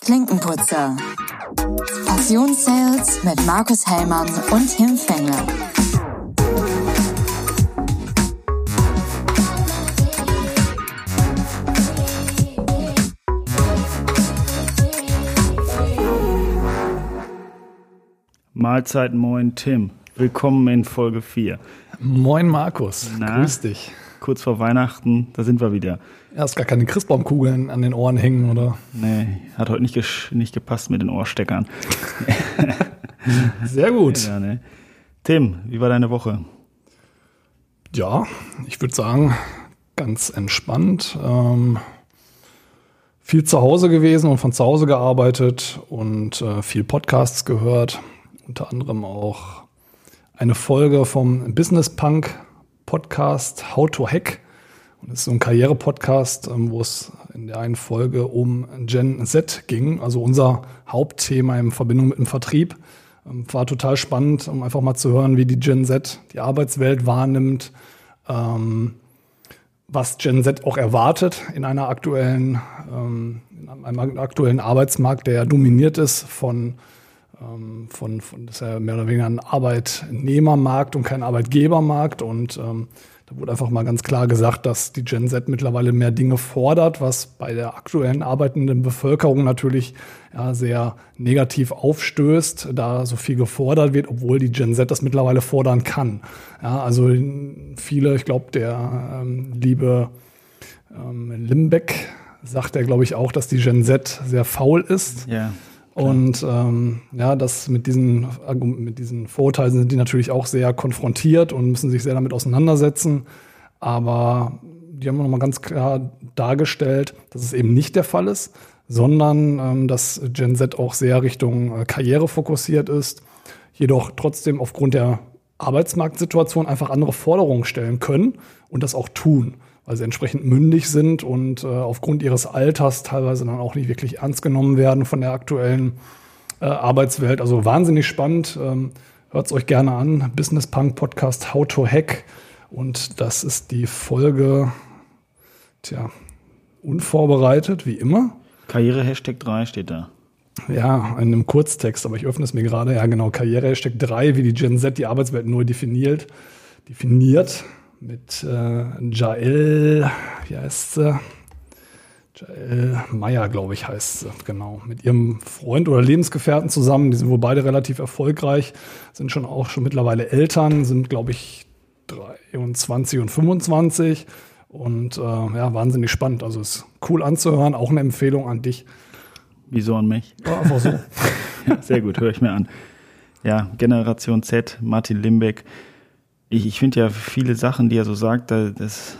Klinkenputzer. Passionssales mit Markus Hellmann und Tim Fengler. Mahlzeit, moin Tim. Willkommen in Folge 4. Moin Markus, grüß dich. Kurz vor Weihnachten, da sind wir wieder. Ja, hast gar keine Christbaumkugeln an den Ohren hängen, oder? Nee, hat heute nicht gepasst mit den Ohrsteckern. Sehr gut. Ja, nee. Tim, wie war deine Woche? Ja, ich würde sagen, ganz entspannt. Viel zu Hause gewesen und von zu Hause gearbeitet und viel Podcasts gehört. Unter anderem auch eine Folge vom Business Punk Podcast How to Hack. Und das ist so ein Karriere-Podcast, wo es in der einen Folge um Gen Z ging, also unser Hauptthema in Verbindung mit dem Vertrieb. War total spannend, um einfach mal zu hören, wie die Gen Z die Arbeitswelt wahrnimmt, was Gen Z auch erwartet in einem aktuellen Arbeitsmarkt, der ja dominiert ist von das ist ja mehr oder weniger ein Arbeitnehmermarkt und kein Arbeitgebermarkt. Und da wurde einfach mal ganz klar gesagt, dass die Gen Z mittlerweile mehr Dinge fordert, was bei der aktuellen arbeitenden Bevölkerung natürlich ja, sehr negativ aufstößt, da so viel gefordert wird, obwohl die Gen Z das mittlerweile fordern kann. Ja, also viele, ich glaube, der liebe Limbeck sagt ja, glaube ich, auch, dass die Gen Z sehr faul ist. Ja. Und ja, das mit diesen Vorurteilen sind die natürlich auch sehr konfrontiert und müssen sich sehr damit auseinandersetzen. Aber die haben nochmal ganz klar dargestellt, dass es eben nicht der Fall ist, sondern dass Gen Z auch sehr Richtung Karriere fokussiert ist, jedoch trotzdem aufgrund der Arbeitsmarktsituation einfach andere Forderungen stellen können und das auch tun, weil sie entsprechend mündig sind und aufgrund ihres Alters teilweise dann auch nicht wirklich ernst genommen werden von der aktuellen Arbeitswelt. Also wahnsinnig spannend. Hört es euch gerne an. Business Punk Podcast How to Hack. Und das ist die Folge, unvorbereitet, wie immer. Karriere Hashtag 3 steht da. Ja, in einem Kurztext, aber ich öffne es mir gerade. Ja, genau, Karriere Hashtag 3, wie die Gen Z die Arbeitswelt neu definiert. Mit Jael, wie heißt sie? Jael Meyer, glaube ich, heißt sie, genau. Mit ihrem Freund oder Lebensgefährten zusammen. Die sind wohl beide relativ erfolgreich, sind schon mittlerweile Eltern, sind, glaube ich, 23 und 25. Und ja, wahnsinnig spannend. Also ist cool anzuhören, auch eine Empfehlung an dich. Wieso an mich? Ja, einfach so. Ja, sehr gut, höre ich mir an. Ja, Generation Z, Martin Limbeck. Ich finde ja viele Sachen, die er so sagt, das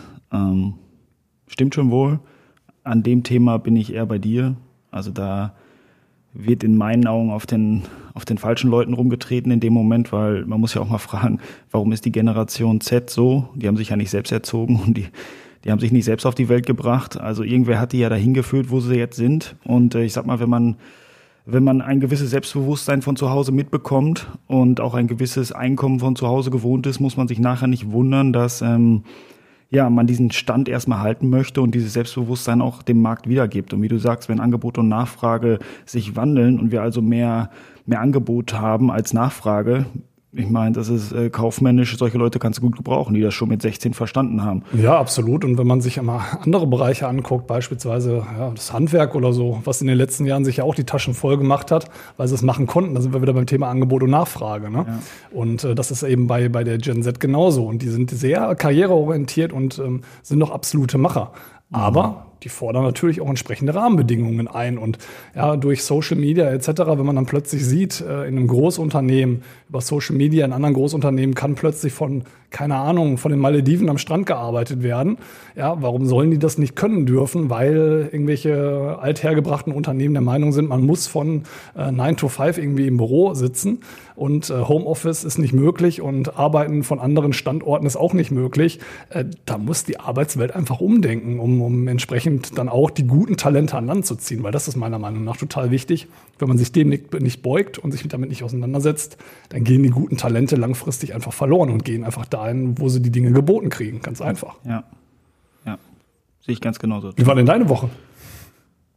stimmt schon wohl. An dem Thema bin ich eher bei dir. Also da wird in meinen Augen auf den falschen Leuten rumgetreten in dem Moment, weil man muss ja auch mal fragen, warum ist die Generation Z so? Die haben sich ja nicht selbst erzogen und die haben sich nicht selbst auf die Welt gebracht. Also irgendwer hat die ja dahin geführt, wo sie jetzt sind. Und ich sag mal, wenn man ein gewisses Selbstbewusstsein von zu Hause mitbekommt und auch ein gewisses Einkommen von zu Hause gewohnt ist, muss man sich nachher nicht wundern, dass man diesen Stand erstmal halten möchte und dieses Selbstbewusstsein auch dem Markt wiedergibt. Und wie du sagst, wenn Angebot und Nachfrage sich wandeln und wir also mehr Angebot haben als Nachfrage, ich meine, das ist kaufmännisch, solche Leute kannst du gut gebrauchen, die das schon mit 16 verstanden haben. Ja, absolut. Und wenn man sich einmal andere Bereiche anguckt, beispielsweise das Handwerk oder so, was in den letzten Jahren sich ja auch die Taschen voll gemacht hat, weil sie es machen konnten, da sind wir wieder beim Thema Angebot und Nachfrage. Ne? Ja. Und das ist eben bei der Gen Z genauso. Und die sind sehr karriereorientiert und sind noch absolute Macher. Aber die fordern natürlich auch entsprechende Rahmenbedingungen ein. Und ja, durch Social Media etc., wenn man dann plötzlich sieht, in einem Großunternehmen, über Social Media in anderen Großunternehmen kann plötzlich von den Malediven am Strand gearbeitet werden. Ja, warum sollen die das nicht können dürfen? Weil irgendwelche althergebrachten Unternehmen der Meinung sind, man muss von 9 to 5 irgendwie im Büro sitzen und Homeoffice ist nicht möglich und Arbeiten von anderen Standorten ist auch nicht möglich. Da muss die Arbeitswelt einfach umdenken, um entsprechend dann auch die guten Talente an Land zu ziehen, weil das ist meiner Meinung nach total wichtig. Wenn man sich dem nicht beugt und sich damit nicht auseinandersetzt, dann gehen die guten Talente langfristig einfach verloren und gehen einfach dahin, wo sie die Dinge geboten kriegen. Ganz einfach. Ja. Sehe ich ganz genauso. Wie war denn deine Woche?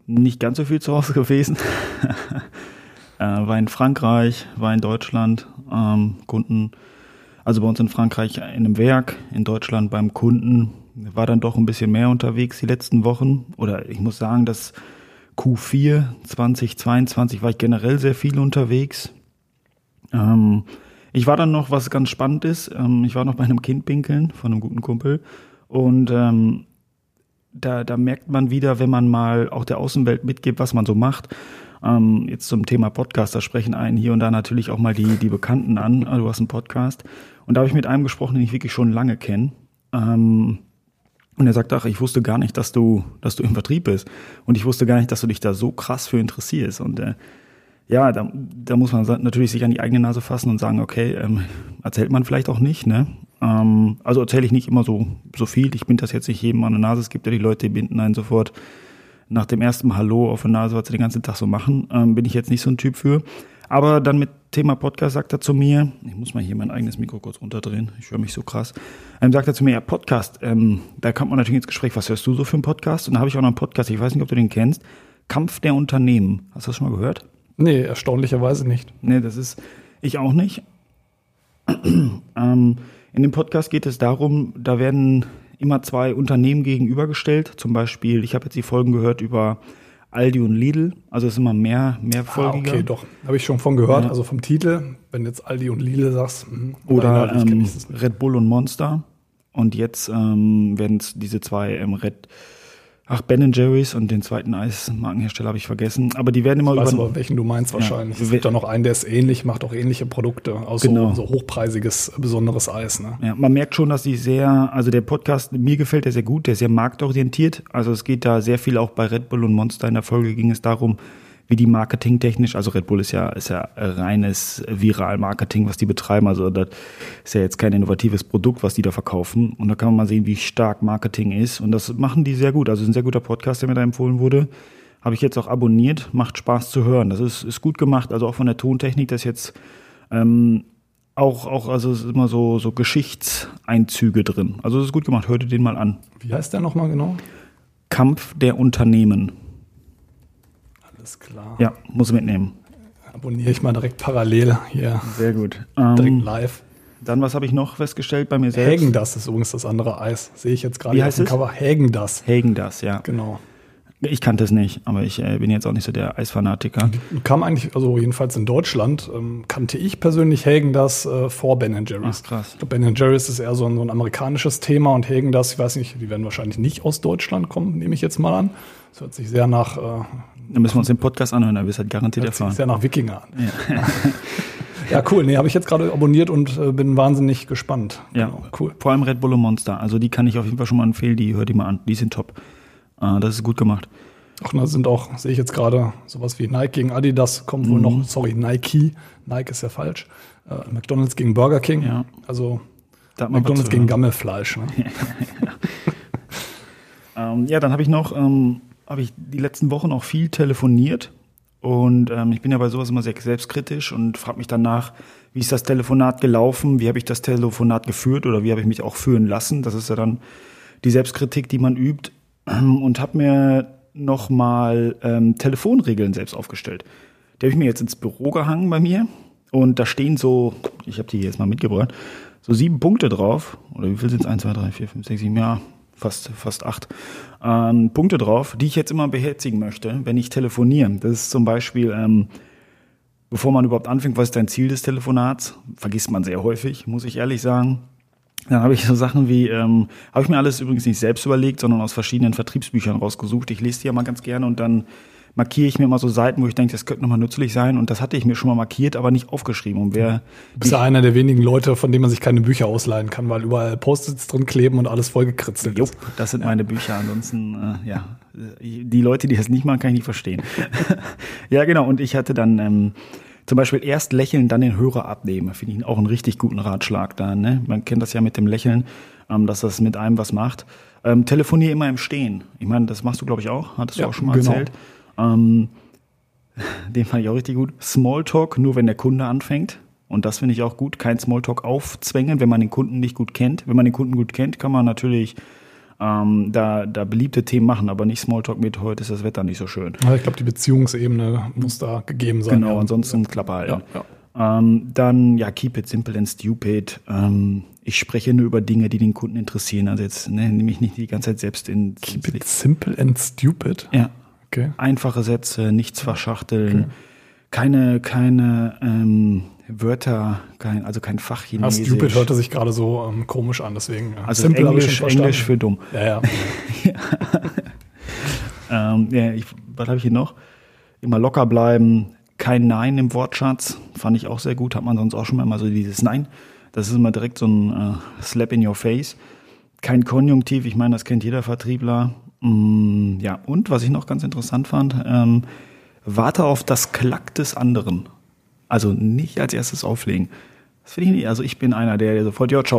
Nicht ganz so viel zu Hause gewesen. War in Frankreich, war in Deutschland, Kunden, also bei uns in Frankreich in einem Werk, in Deutschland beim Kunden, war dann doch ein bisschen mehr unterwegs die letzten Wochen. Oder ich muss sagen, dass Q4 2022 war ich generell sehr viel unterwegs. Ich war dann noch, was ganz spannend ist, ich war noch bei einem Kindpinkeln von einem guten Kumpel und da merkt man wieder, wenn man mal auch der Außenwelt mitgibt, was man so macht. Jetzt zum Thema Podcast, da sprechen einen hier und da natürlich auch mal die Bekannten an. Du hast einen Podcast. Und da habe ich mit einem gesprochen, den ich wirklich schon lange kenne. Und er sagt, ach, ich wusste gar nicht, dass du im Vertrieb bist. Und ich wusste gar nicht, dass du dich da so krass für interessierst. Und ja, da muss man natürlich sich an die eigene Nase fassen und sagen, okay, erzählt man vielleicht auch nicht, ne? Also erzähle ich nicht immer so viel. Ich bind das jetzt nicht jedem an der Nase. Es gibt ja die Leute, die binden einen sofort nach dem ersten Hallo auf der Nase, was sie den ganzen Tag so machen. Bin ich jetzt nicht so ein Typ für. Aber dann mit Thema Podcast sagt er zu mir, ich muss mal hier mein eigenes Mikro kurz runterdrehen, ich höre mich so krass, sagt er zu mir, ja, Podcast, da kommt man natürlich ins Gespräch, was hörst du so für einen Podcast? Und da habe ich auch noch einen Podcast, ich weiß nicht, ob du den kennst, Kampf der Unternehmen. Hast du das schon mal gehört? Nee, erstaunlicherweise nicht. Nee, das ist ich auch nicht. In dem Podcast geht es darum, da werden immer zwei Unternehmen gegenübergestellt. Zum Beispiel, ich habe jetzt die Folgen gehört über Aldi und Lidl. Also es ist immer mehrfolgiger. Okay, doch. Habe ich schon von gehört. Ja. Also vom Titel, wenn jetzt Aldi und Lidl sagst. Oder Red Bull und Monster. Und jetzt werden es diese zwei Ben & Jerry's und den zweiten Eismarkenhersteller habe ich vergessen. Aber die werden immer ich weiß aber, welchen du meinst wahrscheinlich. Ja. Es gibt da noch einen, der ist ähnlich, macht auch ähnliche Produkte. Aus so hochpreisiges, besonderes Eis. Ne? Ja, man merkt schon, dass die also der Podcast, mir gefällt der sehr gut, der ist sehr marktorientiert. Also es geht da sehr viel auch bei Red Bull und Monster. In der Folge ging es darum, wie die marketingtechnisch, also Red Bull ist ja reines Viral-Marketing, was die betreiben, also das ist ja jetzt kein innovatives Produkt, was die da verkaufen, und da kann man mal sehen, wie stark Marketing ist, und das machen die sehr gut, also es ist ein sehr guter Podcast, der mir da empfohlen wurde, habe ich jetzt auch abonniert, macht Spaß zu hören, das ist gut gemacht, also auch von der Tontechnik, das ist jetzt also es ist immer so Geschichtseinzüge drin, also es ist gut gemacht, hört ihr den mal an. Wie heißt der nochmal genau? Kampf der Unternehmen. Alles klar. Ja, muss mitnehmen. Abonniere ich mal direkt parallel hier. Sehr gut. Direkt live. Dann, was habe ich noch festgestellt bei mir selbst? Häagen-Dazs ist übrigens das andere Eis. Sehe ich jetzt gerade auf dem Cover. Häagen-Dazs. Häagen-Dazs, ja. Genau. Ich kannte es nicht, aber ich bin jetzt auch nicht so der Eisfanatiker. Kam eigentlich, also jedenfalls in Deutschland, kannte ich persönlich Häagen-Dazs vor Ben & Jerry's. Ach, krass. Ich glaube, Ben & Jerry's ist eher so ein amerikanisches Thema, und Häagen-Dazs, ich weiß nicht, die werden wahrscheinlich nicht aus Deutschland kommen, nehme ich jetzt mal an. Das hört sich sehr nach... Dann müssen wir uns den Podcast anhören, da wirst du halt garantiert erfahren. Das ist ja nach Wikinger an. Ja, ja, cool. Nee, habe ich jetzt gerade abonniert und bin wahnsinnig gespannt. Ja, genau, cool. Vor allem Red Bull und Monster. Also die kann ich auf jeden Fall schon mal empfehlen. Hört die mal an. Die sind top. Das ist gut gemacht. Ach, da sind auch, sehe ich jetzt gerade, sowas wie Nike gegen Adidas, kommt wohl noch, Nike. Nike ist ja falsch. McDonald's gegen Burger King. Ja. Also McDonald's gegen Gammelfleisch. Ne? Ja, dann habe ich noch... habe ich die letzten Wochen auch viel telefoniert, und ich bin ja bei sowas immer sehr selbstkritisch und frage mich danach, wie ist das Telefonat gelaufen, wie habe ich das Telefonat geführt oder wie habe ich mich auch führen lassen. Das ist ja dann die Selbstkritik, die man übt, und habe mir nochmal Telefonregeln selbst aufgestellt. Die habe ich mir jetzt ins Büro gehangen bei mir, und da stehen so, ich habe die hier jetzt mal mitgebracht, so 7 Punkte drauf, oder wie viel sind es? 1, 2, 3, 4, 5, 6, 7, ja, fast 8 Punkte drauf, die ich jetzt immer beherzigen möchte, wenn ich telefoniere. Das ist zum Beispiel, bevor man überhaupt anfängt, was ist dein Ziel des Telefonats? Vergisst man sehr häufig, muss ich ehrlich sagen. Dann habe ich so Sachen wie, habe ich mir alles übrigens nicht selbst überlegt, sondern aus verschiedenen Vertriebsbüchern rausgesucht. Ich lese die ja mal ganz gerne, und dann markiere ich mir mal so Seiten, wo ich denke, das könnte nochmal nützlich sein, und das hatte ich mir schon mal markiert, aber nicht aufgeschrieben. Und du bist ja einer der wenigen Leute, von denen man sich keine Bücher ausleihen kann, weil überall Post-its drin kleben und alles vollgekritzelt ist. Das sind meine Bücher. Ansonsten, die Leute, die das nicht machen, kann ich nicht verstehen. Ja, genau. Und ich hatte dann zum Beispiel erst lächeln, dann den Hörer abnehmen. Finde ich auch einen richtig guten Ratschlag da. Ne? Man kennt das ja mit dem Lächeln, dass das mit einem was macht. Telefoniere immer im Stehen. Ich meine, das machst du, glaube ich, auch. Hattest du auch schon mal erzählt. Den fand ich auch richtig gut. Smalltalk, nur wenn der Kunde anfängt. Und das finde ich auch gut. Kein Smalltalk aufzwängen, wenn man den Kunden nicht gut kennt. Wenn man den Kunden gut kennt, kann man natürlich da beliebte Themen machen, aber nicht Smalltalk mit, heute ist das Wetter nicht so schön. Ja, ich glaube, die Beziehungsebene muss da gegeben sein. Genau, ja. ansonsten Klappe halten. Ja. Dann, keep it simple and stupid. Ich spreche nur über Dinge, die den Kunden interessieren. Also jetzt nehme ich nicht die ganze Zeit selbst ins Keep it simple and stupid? Ja. Okay. Einfache Sätze, nichts verschachteln. Okay. Keine Wörter, kein Fachchinesisch. Stupid hörte sich gerade so komisch an, deswegen. Also simple Englisch für dumm. Ja. Was habe ich hier noch? Immer locker bleiben. Kein Nein im Wortschatz. Fand ich auch sehr gut. Hat man sonst auch schon mal so dieses Nein. Das ist immer direkt so ein Slap in your face. Kein Konjunktiv. Ich meine, das kennt jeder Vertriebler. Und was ich noch ganz interessant fand, warte auf das Klack des anderen. Also nicht als erstes auflegen. Das finde ich nicht. Also ich bin einer, der sofort, ciao.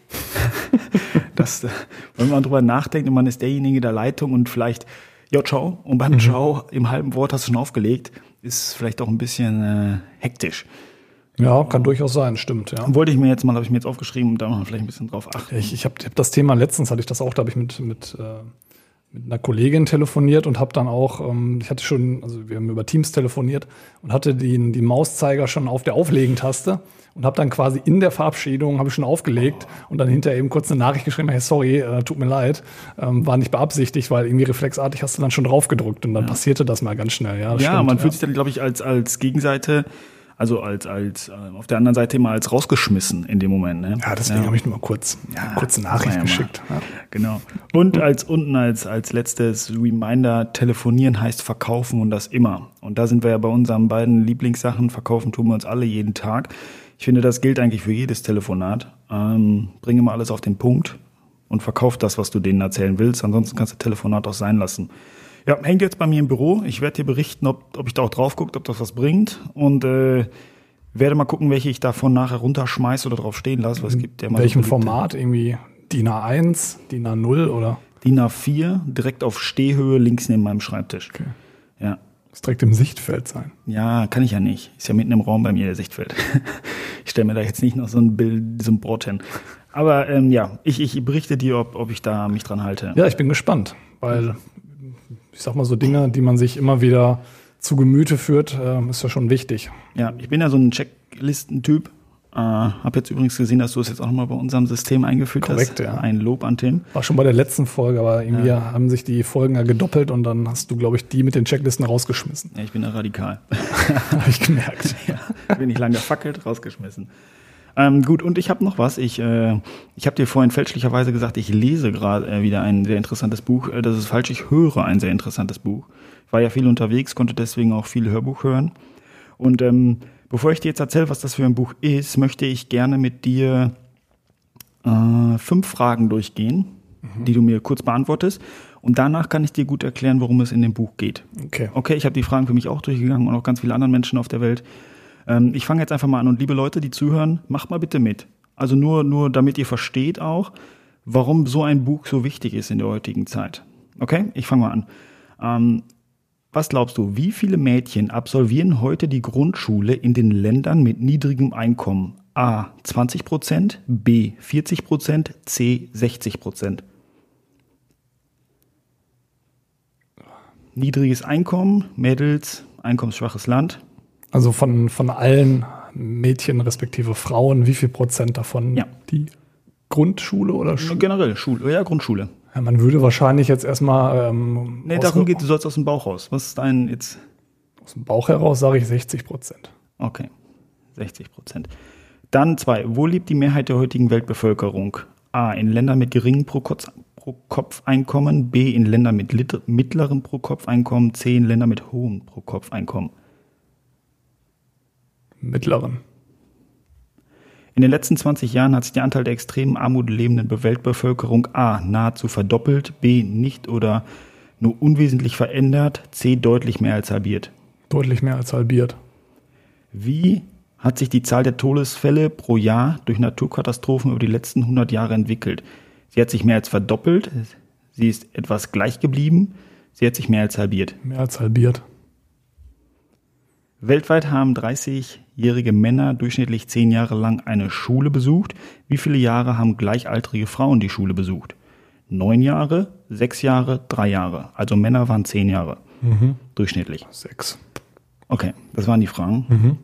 Wenn man drüber nachdenkt und man ist derjenige der Leitung und vielleicht, ciao. Und beim Ciao im halben Wort hast du schon aufgelegt, ist vielleicht auch ein bisschen hektisch. Ja, kann durchaus sein, stimmt. Ja. Habe ich mir jetzt aufgeschrieben und da mal vielleicht ein bisschen drauf achten. Ich hab das Thema, letztens hatte ich das auch, da habe ich mit einer Kollegin telefoniert und habe dann auch, wir haben über Teams telefoniert und hatte den Mauszeiger schon auf der Auflegen-Taste und habe dann quasi in der Verabschiedung, habe ich schon aufgelegt und dann hinterher eben kurz eine Nachricht geschrieben, hey, sorry, tut mir leid, war nicht beabsichtigt, weil irgendwie reflexartig hast du dann schon drauf gedrückt und dann passierte das mal ganz schnell. Ja, stimmt, man fühlt sich dann, glaube ich, als Gegenseite, also als auf der anderen Seite immer als rausgeschmissen in dem Moment. Ne? Ja, deswegen habe ich nur mal kurz eine kurze Nachricht geschickt. Ja. Genau. Und als letztes Reminder, telefonieren heißt verkaufen und das immer. Und da sind wir ja bei unseren beiden Lieblingssachen. Verkaufen tun wir uns alle jeden Tag. Ich finde, das gilt eigentlich für jedes Telefonat. Bring immer alles auf den Punkt und verkauf das, was du denen erzählen willst. Ansonsten kannst du Telefonat auch sein lassen. Ja, hängt jetzt bei mir im Büro. Ich werde dir berichten, ob ich da auch drauf gucke, ob das was bringt. Und werde mal gucken, welche ich davon nachher runterschmeiße oder drauf stehen lasse. Was gibt der mal? In welchem Format? Irgendwie DIN A1, DIN A0 oder? DIN A4, direkt auf Stehhöhe, links neben meinem Schreibtisch. Okay. Ja. Das direkt im Sichtfeld sein. Ja, kann ich ja nicht. Ist ja mitten im Raum bei mir der Sichtfeld. Ich stelle mir da jetzt nicht noch so ein Bild, so ein Board hin. Aber ich berichte dir, ob ich da mich dran halte. Ja, ich bin gespannt, weil ich sag mal so Dinge, die man sich immer wieder zu Gemüte führt, ist ja schon wichtig. Ja, ich bin ja so ein Checklistentyp. Habe jetzt übrigens gesehen, dass du es jetzt auch nochmal bei unserem System eingefügt hast. Korrekt, ja. Ein Lob an Tim. War schon bei der letzten Folge, aber irgendwie haben sich die Folgen ja gedoppelt und dann hast du, glaube ich, die mit den Checklisten rausgeschmissen. Ja, ich bin ja radikal. Habe ich gemerkt. Ja, bin ich lange gefackelt, rausgeschmissen. Gut, und ich habe noch was. Ich habe dir vorhin fälschlicherweise gesagt, ich lese gerade wieder ein sehr interessantes Buch. Das ist falsch, ich höre ein sehr interessantes Buch. Ich war ja viel unterwegs, konnte deswegen auch viel Hörbuch hören. Und bevor ich dir jetzt erzähle, was das für ein Buch ist, möchte ich gerne mit dir 5 Fragen durchgehen, die du mir kurz beantwortest. Und danach kann ich dir gut erklären, worum es in dem Buch geht. Okay, ich habe die Fragen für mich auch durchgegangen und auch ganz viele anderen Menschen auf der Welt. Ich fange jetzt einfach mal an und liebe Leute, die zuhören, macht mal bitte mit. Also nur damit ihr versteht auch, warum so ein Buch so wichtig ist in der heutigen Zeit. Okay, ich fange mal an. Was glaubst du, wie viele Mädchen absolvieren heute die Grundschule in den Ländern mit niedrigem Einkommen? A, 20%, B, 40%, C, 60%. Niedriges Einkommen, Mädels, einkommensschwaches Land. Also von allen Mädchen respektive Frauen, wie viel Prozent davon die Grundschule oder Schule? Generell Schule, ja, Grundschule. Ja, man würde wahrscheinlich jetzt erstmal darum geht, du sollst aus dem Bauch raus. Was ist dein jetzt? Aus dem Bauch heraus sage ich 60%. Okay, 60%. Dann 2. Wo lebt die Mehrheit der heutigen Weltbevölkerung? A, in Ländern mit geringem Pro-Kopf-Einkommen, B, in Ländern mit mittlerem Pro-Kopf-Einkommen, C, in Ländern mit hohem Pro-Kopf-Einkommen. Mittleren. In den letzten 20 Jahren hat sich der Anteil der extremen Armut lebenden Weltbevölkerung A, nahezu verdoppelt, B, nicht oder nur unwesentlich verändert, C, deutlich mehr als halbiert. Deutlich mehr als halbiert. Wie hat sich die Zahl der Todesfälle pro Jahr durch Naturkatastrophen über die letzten 100 Jahre entwickelt? Sie hat sich mehr als verdoppelt, sie ist etwas gleich geblieben, sie hat sich mehr als halbiert. Mehr als halbiert. Weltweit haben 30-jährige Männer durchschnittlich 10 Jahre lang eine Schule besucht. Wie viele Jahre haben gleichaltrige Frauen die Schule besucht? 9 Jahre, 6 Jahre, 3 Jahre. Also Männer waren 10 Jahre durchschnittlich. 6. Okay, das waren die Fragen.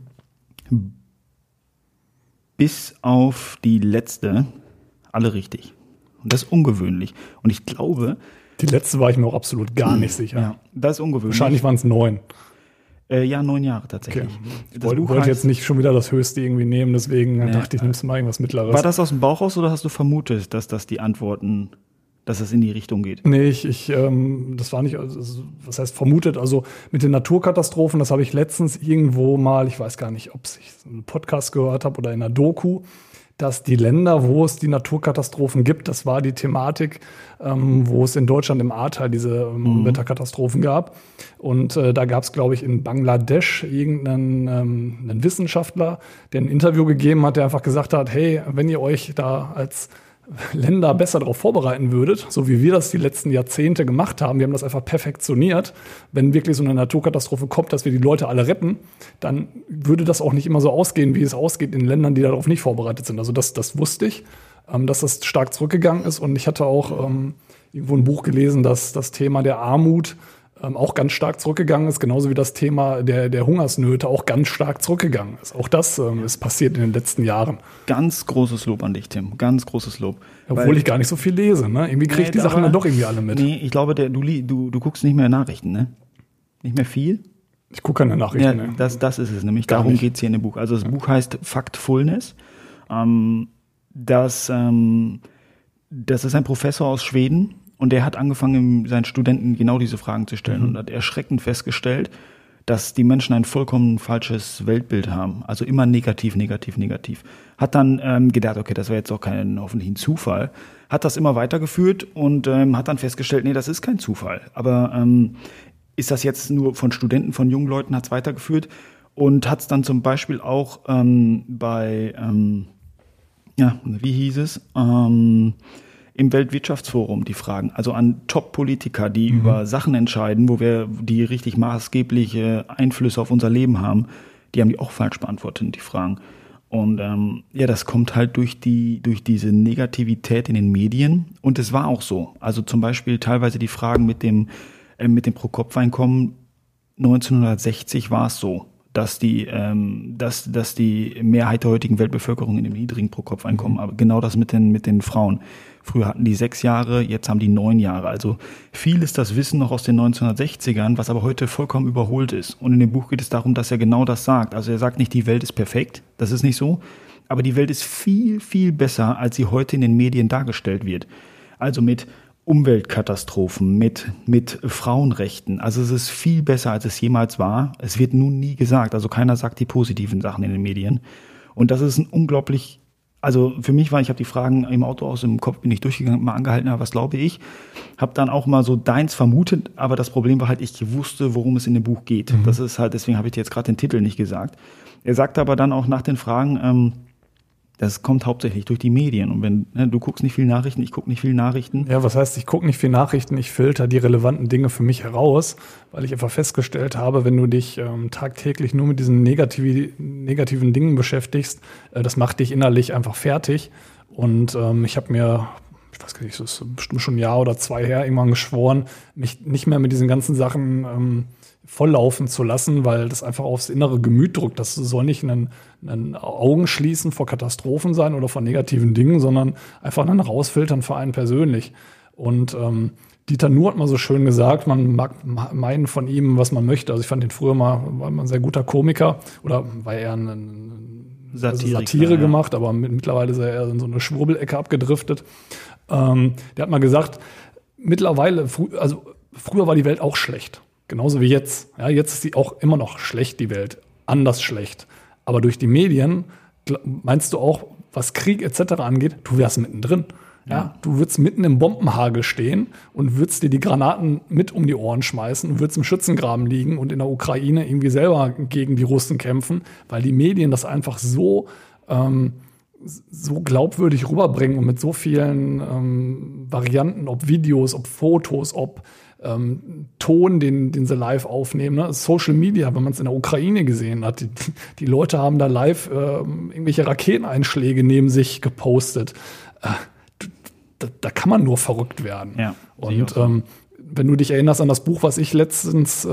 Bis auf die letzte, alle richtig. Und das ist ungewöhnlich. Und ich glaube... Die letzte war ich mir auch absolut gar nicht sicher. Ja, das ist ungewöhnlich. Wahrscheinlich waren es 9. Ja, 9 Jahre tatsächlich. Okay. Ich wollte jetzt nicht schon wieder das Höchste irgendwie nehmen, deswegen dachte ich, nimmst du mal irgendwas Mittleres. War das aus dem Bauch raus oder hast du vermutet, dass das die Antworten, dass das in die Richtung geht? Nee, das war nicht, also, was heißt vermutet, also mit den Naturkatastrophen, das habe ich letztens irgendwo mal, ich weiß gar nicht, ob ich einen Podcast gehört habe oder in einer Doku, dass die Länder, wo es die Naturkatastrophen gibt, das war die Thematik, wo es in Deutschland im Ahrtal diese Wetterkatastrophen gab. Und da gab es, glaube ich, in Bangladesch einen Wissenschaftler, der ein Interview gegeben hat, der einfach gesagt hat, hey, wenn ihr euch da als Länder besser darauf vorbereiten würdet, so wie wir das die letzten Jahrzehnte gemacht haben, wir haben das einfach perfektioniert, wenn wirklich so eine Naturkatastrophe kommt, dass wir die Leute alle retten, dann würde das auch nicht immer so ausgehen, wie es ausgeht in Ländern, die darauf nicht vorbereitet sind. Also das wusste ich, dass das stark zurückgegangen ist, und ich hatte auch irgendwo ein Buch gelesen, dass das Thema der Armut auch ganz stark zurückgegangen ist, genauso wie das Thema der Hungersnöte auch ganz stark zurückgegangen ist. Auch das ist passiert in den letzten Jahren. Ganz großes Lob an dich, Tim. Ganz großes Lob. Obwohl ich gar nicht so viel lese. Ne? Irgendwie kriege ich die Sachen dann doch irgendwie alle mit. Nee, ich glaube, du guckst nicht mehr Nachrichten, ne? Nicht mehr viel? Ich gucke keine Nachrichten. Ja, Ne? das ist es nämlich. Darum geht es hier in dem Buch. Also das Buch heißt Factfulness. Das ist ein Professor aus Schweden. Und der hat angefangen, seinen Studenten genau diese Fragen zu stellen und hat erschreckend festgestellt, dass die Menschen ein vollkommen falsches Weltbild haben. Also immer negativ, negativ, negativ. Hat dann gedacht, okay, das wäre jetzt auch hoffentlich ein Zufall. Hat das immer weitergeführt und hat dann festgestellt, nee, das ist kein Zufall. Aber ist das jetzt nur von Studenten, von jungen Leuten, hat es weitergeführt und hat es dann zum Beispiel auch bei, wie hieß es, im Weltwirtschaftsforum die Fragen, also an Top-Politiker, die über Sachen entscheiden, die richtig maßgebliche Einflüsse auf unser Leben haben, die haben die auch falsch beantwortet, die Fragen. Und das kommt halt durch diese Negativität in den Medien. Und es war auch so. Also zum Beispiel teilweise die Fragen mit dem Pro-Kopf-Einkommen. 1960 war es so, dass die Mehrheit der heutigen Weltbevölkerung in dem niedrigen Pro-Kopf-Einkommen, aber genau das mit den Frauen. Früher hatten die 6 Jahre, jetzt haben die 9 Jahre. Also viel ist das Wissen noch aus den 1960ern, was aber heute vollkommen überholt ist. Und in dem Buch geht es darum, dass er genau das sagt. Also er sagt nicht, die Welt ist perfekt, das ist nicht so. Aber die Welt ist viel, viel besser, als sie heute in den Medien dargestellt wird. Also mit Umweltkatastrophen, mit Frauenrechten. Also es ist viel besser, als es jemals war. Es wird nun nie gesagt. Also keiner sagt die positiven Sachen in den Medien. Und das ist ein unglaublich, also für mich ich habe die Fragen im Auto aus dem Kopf, bin ich durchgegangen, mal angehalten, was glaube ich. Habe dann auch mal so deins vermutet, aber das Problem war halt, ich wusste, worum es in dem Buch geht. Das ist halt, deswegen habe ich dir jetzt gerade den Titel nicht gesagt. Er sagte aber dann auch nach den Fragen, das kommt hauptsächlich durch die Medien. Und wenn du guckst nicht viel Nachrichten, ich gucke nicht viel Nachrichten. Ja, was heißt, ich gucke nicht viel Nachrichten, ich filter die relevanten Dinge für mich heraus, weil ich einfach festgestellt habe, wenn du dich tagtäglich nur mit diesen negativen Dingen beschäftigst, das macht dich innerlich einfach fertig. Und ich habe mir, ich weiß gar nicht, das ist bestimmt schon ein Jahr oder 2 her, irgendwann geschworen, mich nicht mehr mit diesen ganzen Sachen volllaufen zu lassen, weil das einfach aufs innere Gemüt drückt. Das soll nicht ein Augenschließen vor Katastrophen sein oder vor negativen Dingen, sondern einfach ein Rausfiltern für einen persönlich. Und Dieter Nuhr hat mal so schön gesagt, man mag meinen von ihm, was man möchte. Also ich fand ihn früher war ein sehr guter Komiker oder war eher eine Satire gemacht, aber mittlerweile ist er eher in so eine Schwurbelecke abgedriftet. Der hat mal gesagt, mittlerweile, früher war die Welt auch schlecht. Genauso wie jetzt. Ja, jetzt ist sie auch immer noch schlecht, die Welt. Anders schlecht. Aber durch die Medien, meinst du auch, was Krieg etc. angeht, du wärst mittendrin. Ja, du würdest mitten im Bombenhagel stehen und würdest dir die Granaten mit um die Ohren schmeißen und würdest im Schützengraben liegen und in der Ukraine irgendwie selber gegen die Russen kämpfen, weil die Medien das einfach so glaubwürdig rüberbringen und mit so vielen Varianten, ob Videos, ob Fotos, ob Ton, den sie live aufnehmen. Ne? Social Media, wenn man es in der Ukraine gesehen hat, die Leute haben da live irgendwelche Raketeneinschläge neben sich gepostet. da kann man nur verrückt werden. Ja, und wenn du dich erinnerst an das Buch, was ich letztens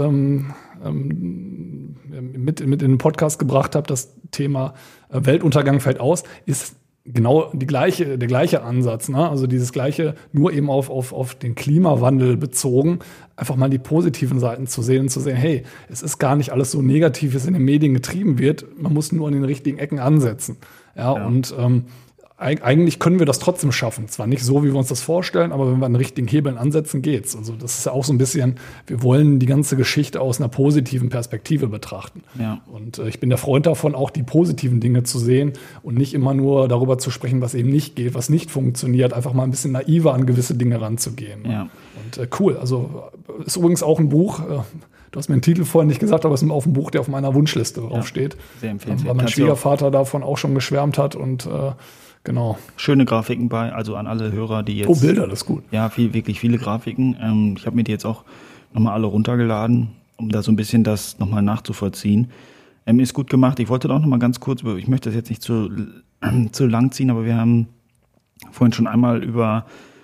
mit in den Podcast gebracht habe, das Thema Weltuntergang fällt aus, ist genau der gleiche Ansatz, ne? Also dieses gleiche, nur eben auf den Klimawandel bezogen, einfach mal die positiven Seiten zu sehen und zu sehen, hey, es ist gar nicht alles so negativ, wie es in den Medien getrieben wird, man muss nur an den richtigen Ecken ansetzen. Ja. Und eigentlich können wir das trotzdem schaffen. Zwar nicht so, wie wir uns das vorstellen, aber wenn wir an den richtigen Hebeln ansetzen, geht's. Also das ist ja auch so ein bisschen, wir wollen die ganze Geschichte aus einer positiven Perspektive betrachten. Ja. Und ich bin der Freund davon, auch die positiven Dinge zu sehen und nicht immer nur darüber zu sprechen, was eben nicht geht, was nicht funktioniert, einfach mal ein bisschen naiver an gewisse Dinge ranzugehen. Ja. Und cool, also ist übrigens auch ein Buch, du hast mir den Titel vorhin nicht gesagt, aber es ist auch ein Buch, der auf meiner Wunschliste draufsteht. Sehr empfehlenswert. Weil mein Schwiegervater davon auch schon geschwärmt hat und genau. Schöne Grafiken bei, also an alle Hörer, die jetzt... Bilder, das ist gut. Ja, wirklich viele Grafiken. Ich habe mir die jetzt auch nochmal alle runtergeladen, um da so ein bisschen das nochmal nachzuvollziehen. Ist gut gemacht. Ich wollte da auch nochmal ganz kurz, ich möchte das jetzt nicht zu lang ziehen, aber wir haben vorhin schon einmal über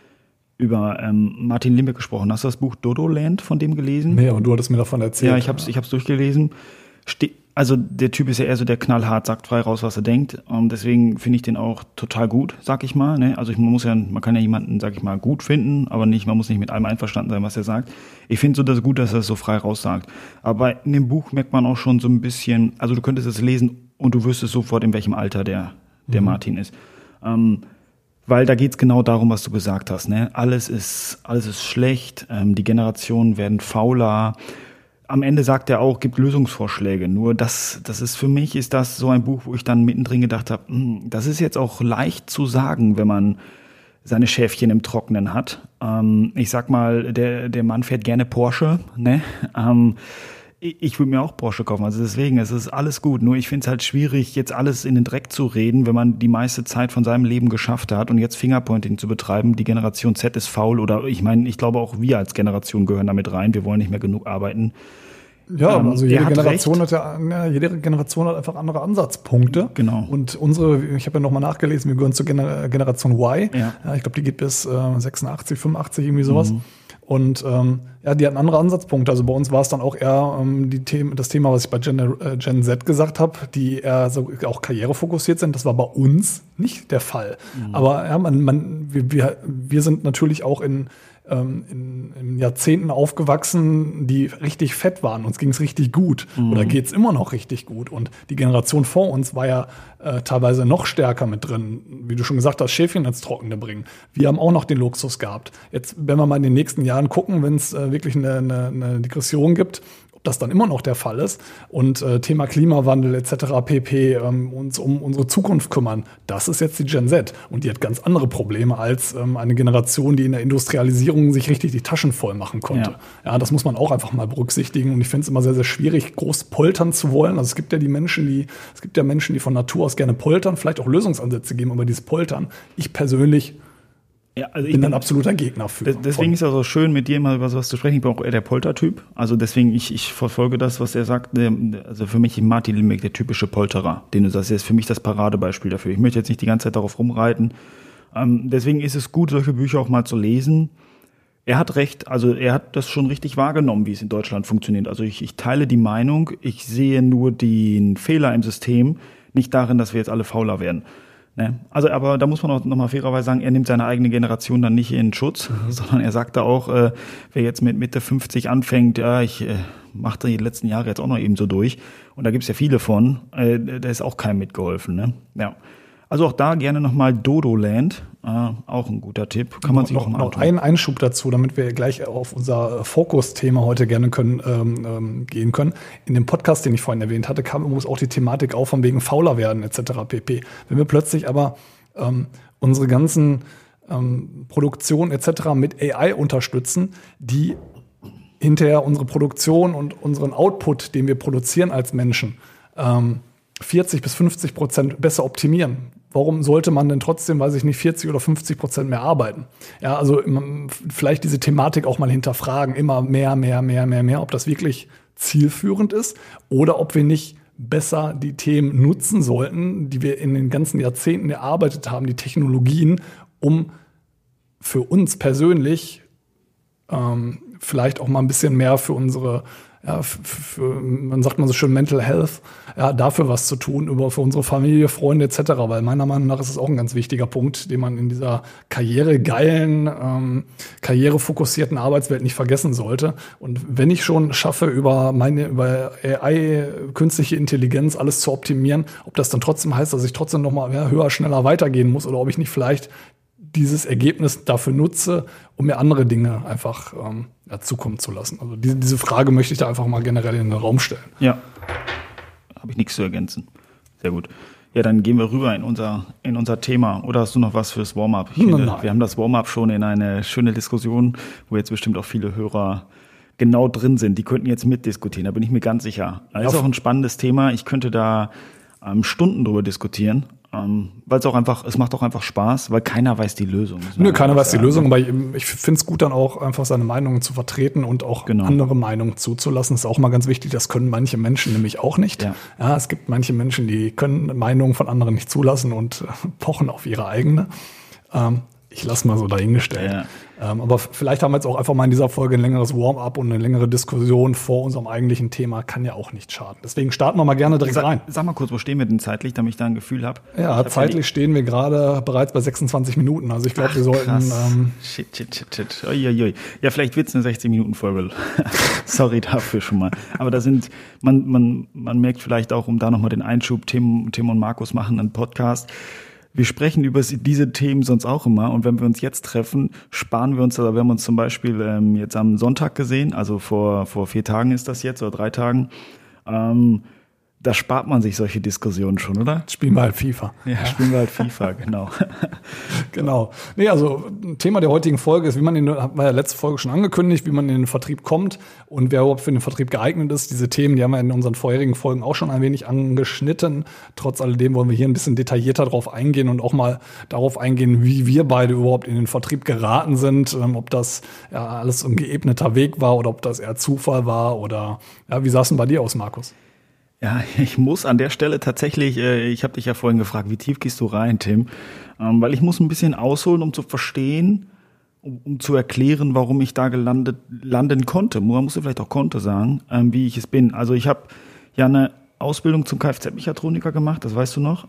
Martin Limbeck gesprochen. Hast du das Buch Dodoland von dem gelesen? Nee, und du hattest mir davon erzählt. Ja, ich hab's durchgelesen. Also der Typ ist ja eher so der knallhart, sagt frei raus, was er denkt. Deswegen finde ich den auch total gut, sag ich mal. Ne? Also man kann ja jemanden, sag ich mal, gut finden, aber man muss nicht mit allem einverstanden sein, was er sagt. Ich finde so das gut, dass er es so frei raus sagt. Aber in dem Buch merkt man auch schon so ein bisschen, also du könntest es lesen und du wüsstest sofort, in welchem Alter der Martin ist. Weil da geht's genau darum, was du gesagt hast. Ne? Alles ist schlecht, die Generationen werden fauler. Am Ende sagt er auch, gibt Lösungsvorschläge. Nur das ist für mich, ist das so ein Buch, wo ich dann mittendrin gedacht habe, das ist jetzt auch leicht zu sagen, wenn man seine Schäfchen im Trockenen hat. Ich sag mal, der Mann fährt gerne Porsche, ne? Ich würde mir auch Porsche kaufen, also deswegen, es ist alles gut. Nur ich finde es halt schwierig, jetzt alles in den Dreck zu reden, wenn man die meiste Zeit von seinem Leben geschafft hat und jetzt Fingerpointing zu betreiben, die Generation Z ist faul oder ich glaube auch wir als Generation gehören damit rein, wir wollen nicht mehr genug arbeiten. Ja, also jede Generation hat einfach andere Ansatzpunkte. Genau. Und ich habe ja nochmal nachgelesen, wir gehören zur Generation Y. Ja. Ich glaube, die geht bis 86, 85, irgendwie sowas. Und die hatten andere Ansatzpunkte. Also bei uns war es dann auch eher das Thema, was ich bei Gen Z gesagt habe, die eher so auch karrierefokussiert sind. Das war bei uns nicht der Fall. Aber ja, wir sind natürlich auch in Jahrzehnten aufgewachsen, die richtig fett waren. Uns ging es richtig gut oder geht's immer noch richtig gut. Und die Generation vor uns war ja teilweise noch stärker mit drin. Wie du schon gesagt hast, Schäfchen ins Trockene bringen. Wir haben auch noch den Luxus gehabt. Jetzt, wenn wir mal in den nächsten Jahren gucken, wenn es wirklich eine Degression gibt, das dann immer noch der Fall ist und Thema Klimawandel etc. pp. Uns um unsere Zukunft kümmern, das ist jetzt die Gen Z und die hat ganz andere Probleme als eine Generation, die in der Industrialisierung sich richtig die Taschen voll machen konnte. Ja, das muss man auch einfach mal berücksichtigen und ich finde es immer sehr, sehr schwierig, groß poltern zu wollen. Also es gibt ja Menschen, die von Natur aus gerne poltern, vielleicht auch Lösungsansätze geben, aber dieses Poltern, ich persönlich ich bin ein absoluter Gegner für. Deswegen ist es auch so schön, mit dir mal über sowas zu sprechen. Ich bin auch eher der Poltertyp. Also deswegen, ich verfolge das, was er sagt. Also für mich ist Martin Limbeck der typische Polterer, den du sagst. Er ist für mich das Paradebeispiel dafür. Ich möchte jetzt nicht die ganze Zeit darauf rumreiten. Deswegen ist es gut, solche Bücher auch mal zu lesen. Er hat recht. Also er hat das schon richtig wahrgenommen, wie es in Deutschland funktioniert. Also ich teile die Meinung. Ich sehe nur den Fehler im System, nicht darin, dass wir jetzt alle fauler werden. Ne? Also, aber da muss man auch nochmal fairerweise sagen, er nimmt seine eigene Generation dann nicht in Schutz, sondern er sagt da auch, wer jetzt mit Mitte 50 anfängt, ich mache die letzten Jahre jetzt auch noch eben so durch. Und da gibt's ja viele von, da ist auch keinem mitgeholfen. Ne? Ja. Also auch da gerne nochmal Dodoland, auch ein guter Tipp. Kann man sich auch mal noch einen Einschub dazu, damit wir gleich auf unser Fokusthema heute gerne gehen können. In dem Podcast, den ich vorhin erwähnt hatte, kam übrigens auch die Thematik auf, von wegen fauler werden etc. pp. Wenn wir plötzlich aber unsere ganzen Produktion etc. mit AI unterstützen, die hinterher unsere Produktion und unseren Output, den wir produzieren als Menschen, 40-50% besser optimieren. Warum sollte man denn trotzdem, 40 oder 50% mehr arbeiten? Ja, also vielleicht diese Thematik auch mal hinterfragen, immer mehr, ob das wirklich zielführend ist oder ob wir nicht besser die Themen nutzen sollten, die wir in den ganzen Jahrzehnten erarbeitet haben, die Technologien, um für uns persönlich vielleicht auch mal ein bisschen mehr für unsere, man sagt mal so schön Mental Health, dafür was zu tun, für unsere Familie, Freunde etc. Weil meiner Meinung nach ist es auch ein ganz wichtiger Punkt, den man in dieser karrieregeilen, karrierefokussierten Arbeitswelt nicht vergessen sollte. Und wenn ich schon schaffe, über AI, künstliche Intelligenz alles zu optimieren, ob das dann trotzdem heißt, dass ich trotzdem nochmal höher, schneller weitergehen muss oder ob ich nicht vielleicht dieses Ergebnis dafür nutze, um mir andere Dinge einfach zukommen zu lassen. Also diese Frage möchte ich da einfach mal generell in den Raum stellen. Ja, habe ich nichts zu ergänzen. Sehr gut. Ja, dann gehen wir rüber in unser Thema. Oder hast du noch was fürs Warm-up? Wir haben das Warm-up schon in eine schöne Diskussion, wo jetzt bestimmt auch viele Hörer genau drin sind. Die könnten jetzt mitdiskutieren, da bin ich mir ganz sicher. Das ist auch ein spannendes Thema. Ich könnte da Stunden drüber diskutieren. Weil es macht auch einfach Spaß, weil keiner weiß die Lösung. Keiner weiß die Lösung, aber ich finde es gut, dann auch einfach seine Meinungen zu vertreten und auch andere Meinungen zuzulassen. Ist auch mal ganz wichtig, das können manche Menschen nämlich auch nicht. Ja, es gibt manche Menschen, die können Meinungen von anderen nicht zulassen und pochen auf ihre eigene. Ich lasse mal so dahingestellt. Ja. Aber vielleicht haben wir jetzt auch einfach mal in dieser Folge ein längeres Warm-up und eine längere Diskussion vor unserem eigentlichen Thema. Kann ja auch nicht schaden. Deswegen starten wir mal gerne direkt rein. Sag mal kurz, wo stehen wir denn zeitlich, damit ich da ein Gefühl habe? Ja, zeitlich stehen wir gerade bereits bei 26 Minuten. Also ich glaube, wir sollten... Shit. Uiuiui. Ja, vielleicht wird es eine 60-Minuten-Folge. Sorry dafür schon mal. Aber da sind, man merkt vielleicht auch, um da nochmal den Einschub, Tim und Markus machen einen Podcast. Wir sprechen über diese Themen sonst auch immer und wenn wir uns jetzt treffen, sparen wir uns, also wir haben uns zum Beispiel jetzt am Sonntag gesehen, also vor 4 Tagen ist das jetzt oder 3 Tagen, da spart man sich solche Diskussionen schon, oder? Spielen wir halt FIFA. Ja, spielen wir halt FIFA, genau. Genau. Nee, also Thema der heutigen Folge ist, haben wir ja letzte Folge schon angekündigt, wie man in den Vertrieb kommt und wer überhaupt für den Vertrieb geeignet ist. Diese Themen, die haben wir in unseren vorherigen Folgen auch schon ein wenig angeschnitten. Trotz alledem wollen wir hier ein bisschen detaillierter drauf eingehen und auch mal darauf eingehen, wie wir beide überhaupt in den Vertrieb geraten sind, ob das alles ein geebneter Weg war oder ob das eher Zufall war oder wie sah es denn bei dir aus, Markus? Ja, ich muss an der Stelle tatsächlich, ich habe dich ja vorhin gefragt, wie tief gehst du rein, Tim? Weil ich muss ein bisschen ausholen, um zu verstehen, um zu erklären, warum ich da landen konnte. Man muss ja vielleicht auch konnte sagen, wie ich es bin. Also ich habe ja eine Ausbildung zum Kfz-Mechatroniker gemacht, das weißt du noch.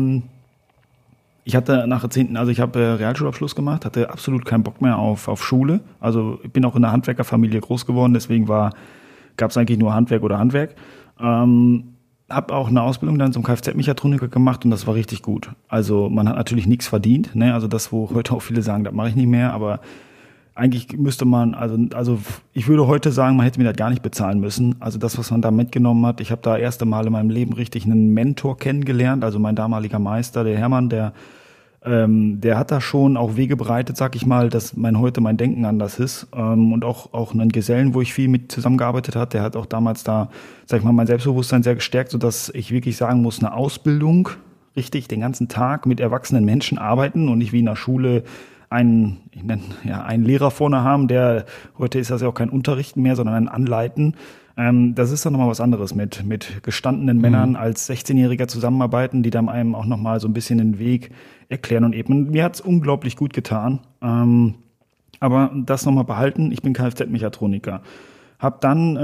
Ich hatte nach der 10., also ich habe Realschulabschluss gemacht, hatte absolut keinen Bock mehr auf Schule. Also ich bin auch in einer Handwerkerfamilie groß geworden, deswegen gab es eigentlich nur Handwerk oder Handwerk. Habe auch eine Ausbildung dann zum Kfz-Mechatroniker gemacht und das war richtig gut. Also man hat natürlich nichts verdient, ne? Also das, wo heute auch viele sagen, das mache ich nicht mehr, aber eigentlich müsste man, also ich würde heute sagen, man hätte mir das gar nicht bezahlen müssen. Also das, was man da mitgenommen hat, ich habe da erste Mal in meinem Leben richtig einen Mentor kennengelernt, also mein damaliger Meister, der Hermann, der hat da schon auch Wege bereitet, sag ich mal, dass mein Denken anders ist. Und auch einen Gesellen, wo ich viel mit zusammengearbeitet habe, der hat auch damals da, sag ich mal, mein Selbstbewusstsein sehr gestärkt, sodass ich wirklich sagen muss, eine Ausbildung, richtig, den ganzen Tag mit erwachsenen Menschen arbeiten und nicht wie in der Schule einen Lehrer vorne haben, heute ist das ja auch kein Unterrichten mehr, sondern ein Anleiten. Das ist dann nochmal was anderes mit gestandenen Männern als 16-Jähriger zusammenarbeiten, die dann einem auch nochmal so ein bisschen den Weg erklären und ebnen. Mir hat's unglaublich gut getan. Aber das nochmal behalten, ich bin Kfz-Mechatroniker. Hat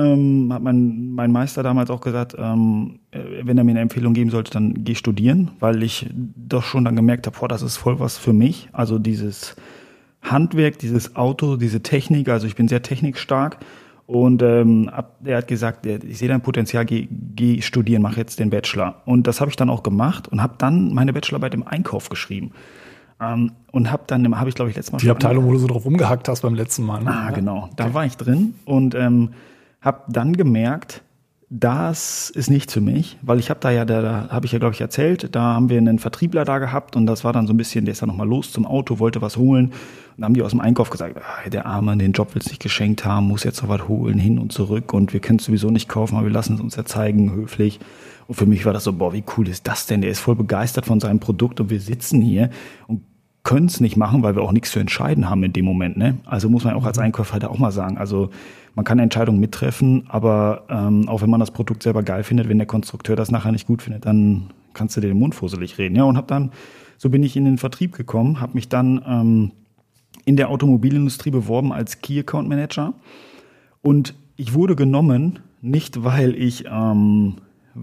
mein Meister damals auch gesagt, wenn er mir eine Empfehlung geben sollte, dann geh studieren, weil ich doch schon dann gemerkt habe, das ist voll was für mich. Also dieses Handwerk, dieses Auto, diese Technik, also ich bin sehr technikstark. Und er hat gesagt, ich sehe dein Potenzial, geh studieren, mach jetzt den Bachelor. Und das habe ich dann auch gemacht und habe dann meine Bachelorarbeit im Einkauf geschrieben. Und habe ich glaube ich letztes Mal die Abteilung, wo du so drauf rumgehackt hast beim letzten Mal. Ne? Genau. Da war ich drin und habe dann gemerkt, das ist nicht für mich, weil ich habe da habe ich ja glaube ich erzählt, da haben wir einen Vertriebler da gehabt und das war dann so ein bisschen, der ist dann nochmal los zum Auto, wollte was holen und dann haben die aus dem Einkauf gesagt, der Arme, den Job will's nicht geschenkt haben, muss jetzt noch was holen, hin und zurück und wir können es sowieso nicht kaufen, aber wir lassen es uns ja zeigen, höflich. Und für mich war das so, wie cool ist das denn? Der ist voll begeistert von seinem Produkt und wir sitzen hier und können es nicht machen, weil wir auch nichts zu entscheiden haben in dem Moment. Ne? Also muss man auch als Einkäufer halt auch mal sagen, also man kann Entscheidungen mittreffen, aber auch wenn man das Produkt selber geil findet, wenn der Konstrukteur das nachher nicht gut findet, dann kannst du dir den Mund fusselig reden. Ja, und so bin ich in den Vertrieb gekommen, habe mich dann in der Automobilindustrie beworben als Key Account Manager. Und ich wurde genommen, nicht weil ich einen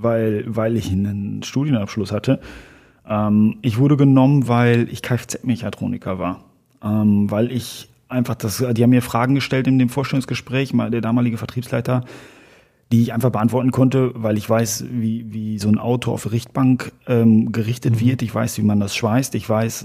Studienabschluss hatte. Ich wurde genommen, weil ich Kfz-Mechatroniker war. Weil ich einfach die haben mir Fragen gestellt in dem Vorstellungsgespräch, der damalige Vertriebsleiter, die ich einfach beantworten konnte, weil ich weiß, wie so ein Auto auf der Richtbank gerichtet wird. Ich weiß, wie man das schweißt. Ich weiß,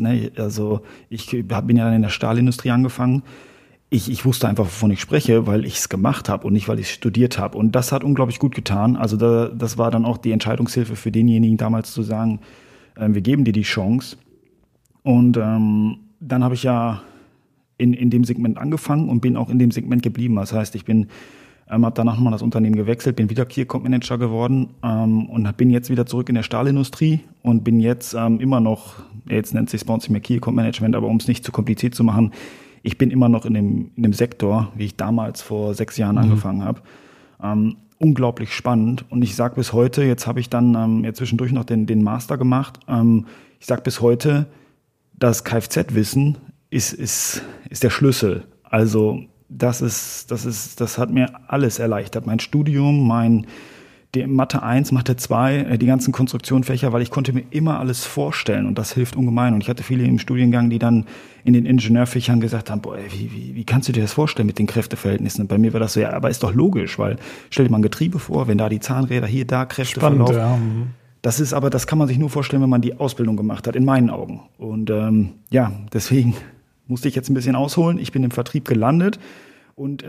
ich bin ja dann in der Stahlindustrie angefangen. Ich wusste einfach, wovon ich spreche, weil ich es gemacht habe und nicht, weil ich es studiert habe. Und das hat unglaublich gut getan. Also das war dann auch die Entscheidungshilfe für denjenigen damals zu sagen, wir geben dir die Chance. Und dann habe ich ja in dem Segment angefangen und bin auch in dem Segment geblieben. Das heißt, ich habe danach nochmal das Unternehmen gewechselt, bin wieder Key Account Manager geworden und bin jetzt wieder zurück in der Stahlindustrie und bin jetzt immer noch, jetzt nennt sich es bei uns nicht mehr Key Account Management, aber um es nicht zu kompliziert zu machen, ich bin immer noch in dem Sektor, wie ich damals vor 6 Jahren angefangen habe. Unglaublich spannend und ich sage bis heute, jetzt habe ich dann zwischendurch noch den Master gemacht, ich sage bis heute, das Kfz-Wissen ist der Schlüssel. Also das hat mir alles erleichtert. Mein Studium, die Mathe 1, Mathe 2, die ganzen Konstruktionsfächer, weil ich konnte mir immer alles vorstellen und das hilft ungemein. Und ich hatte viele im Studiengang, die dann in den Ingenieurfächern gesagt haben, boah, wie kannst du dir das vorstellen mit den Kräfteverhältnissen? Und bei mir war das so, ja, aber ist doch logisch, weil stell dir mal ein Getriebe vor, wenn da die Zahnräder, hier, da Kräfte verlaufen. Ja. Das kann man sich nur vorstellen, wenn man die Ausbildung gemacht hat, in meinen Augen. Und deswegen musste ich jetzt ein bisschen ausholen. Ich bin im Vertrieb gelandet und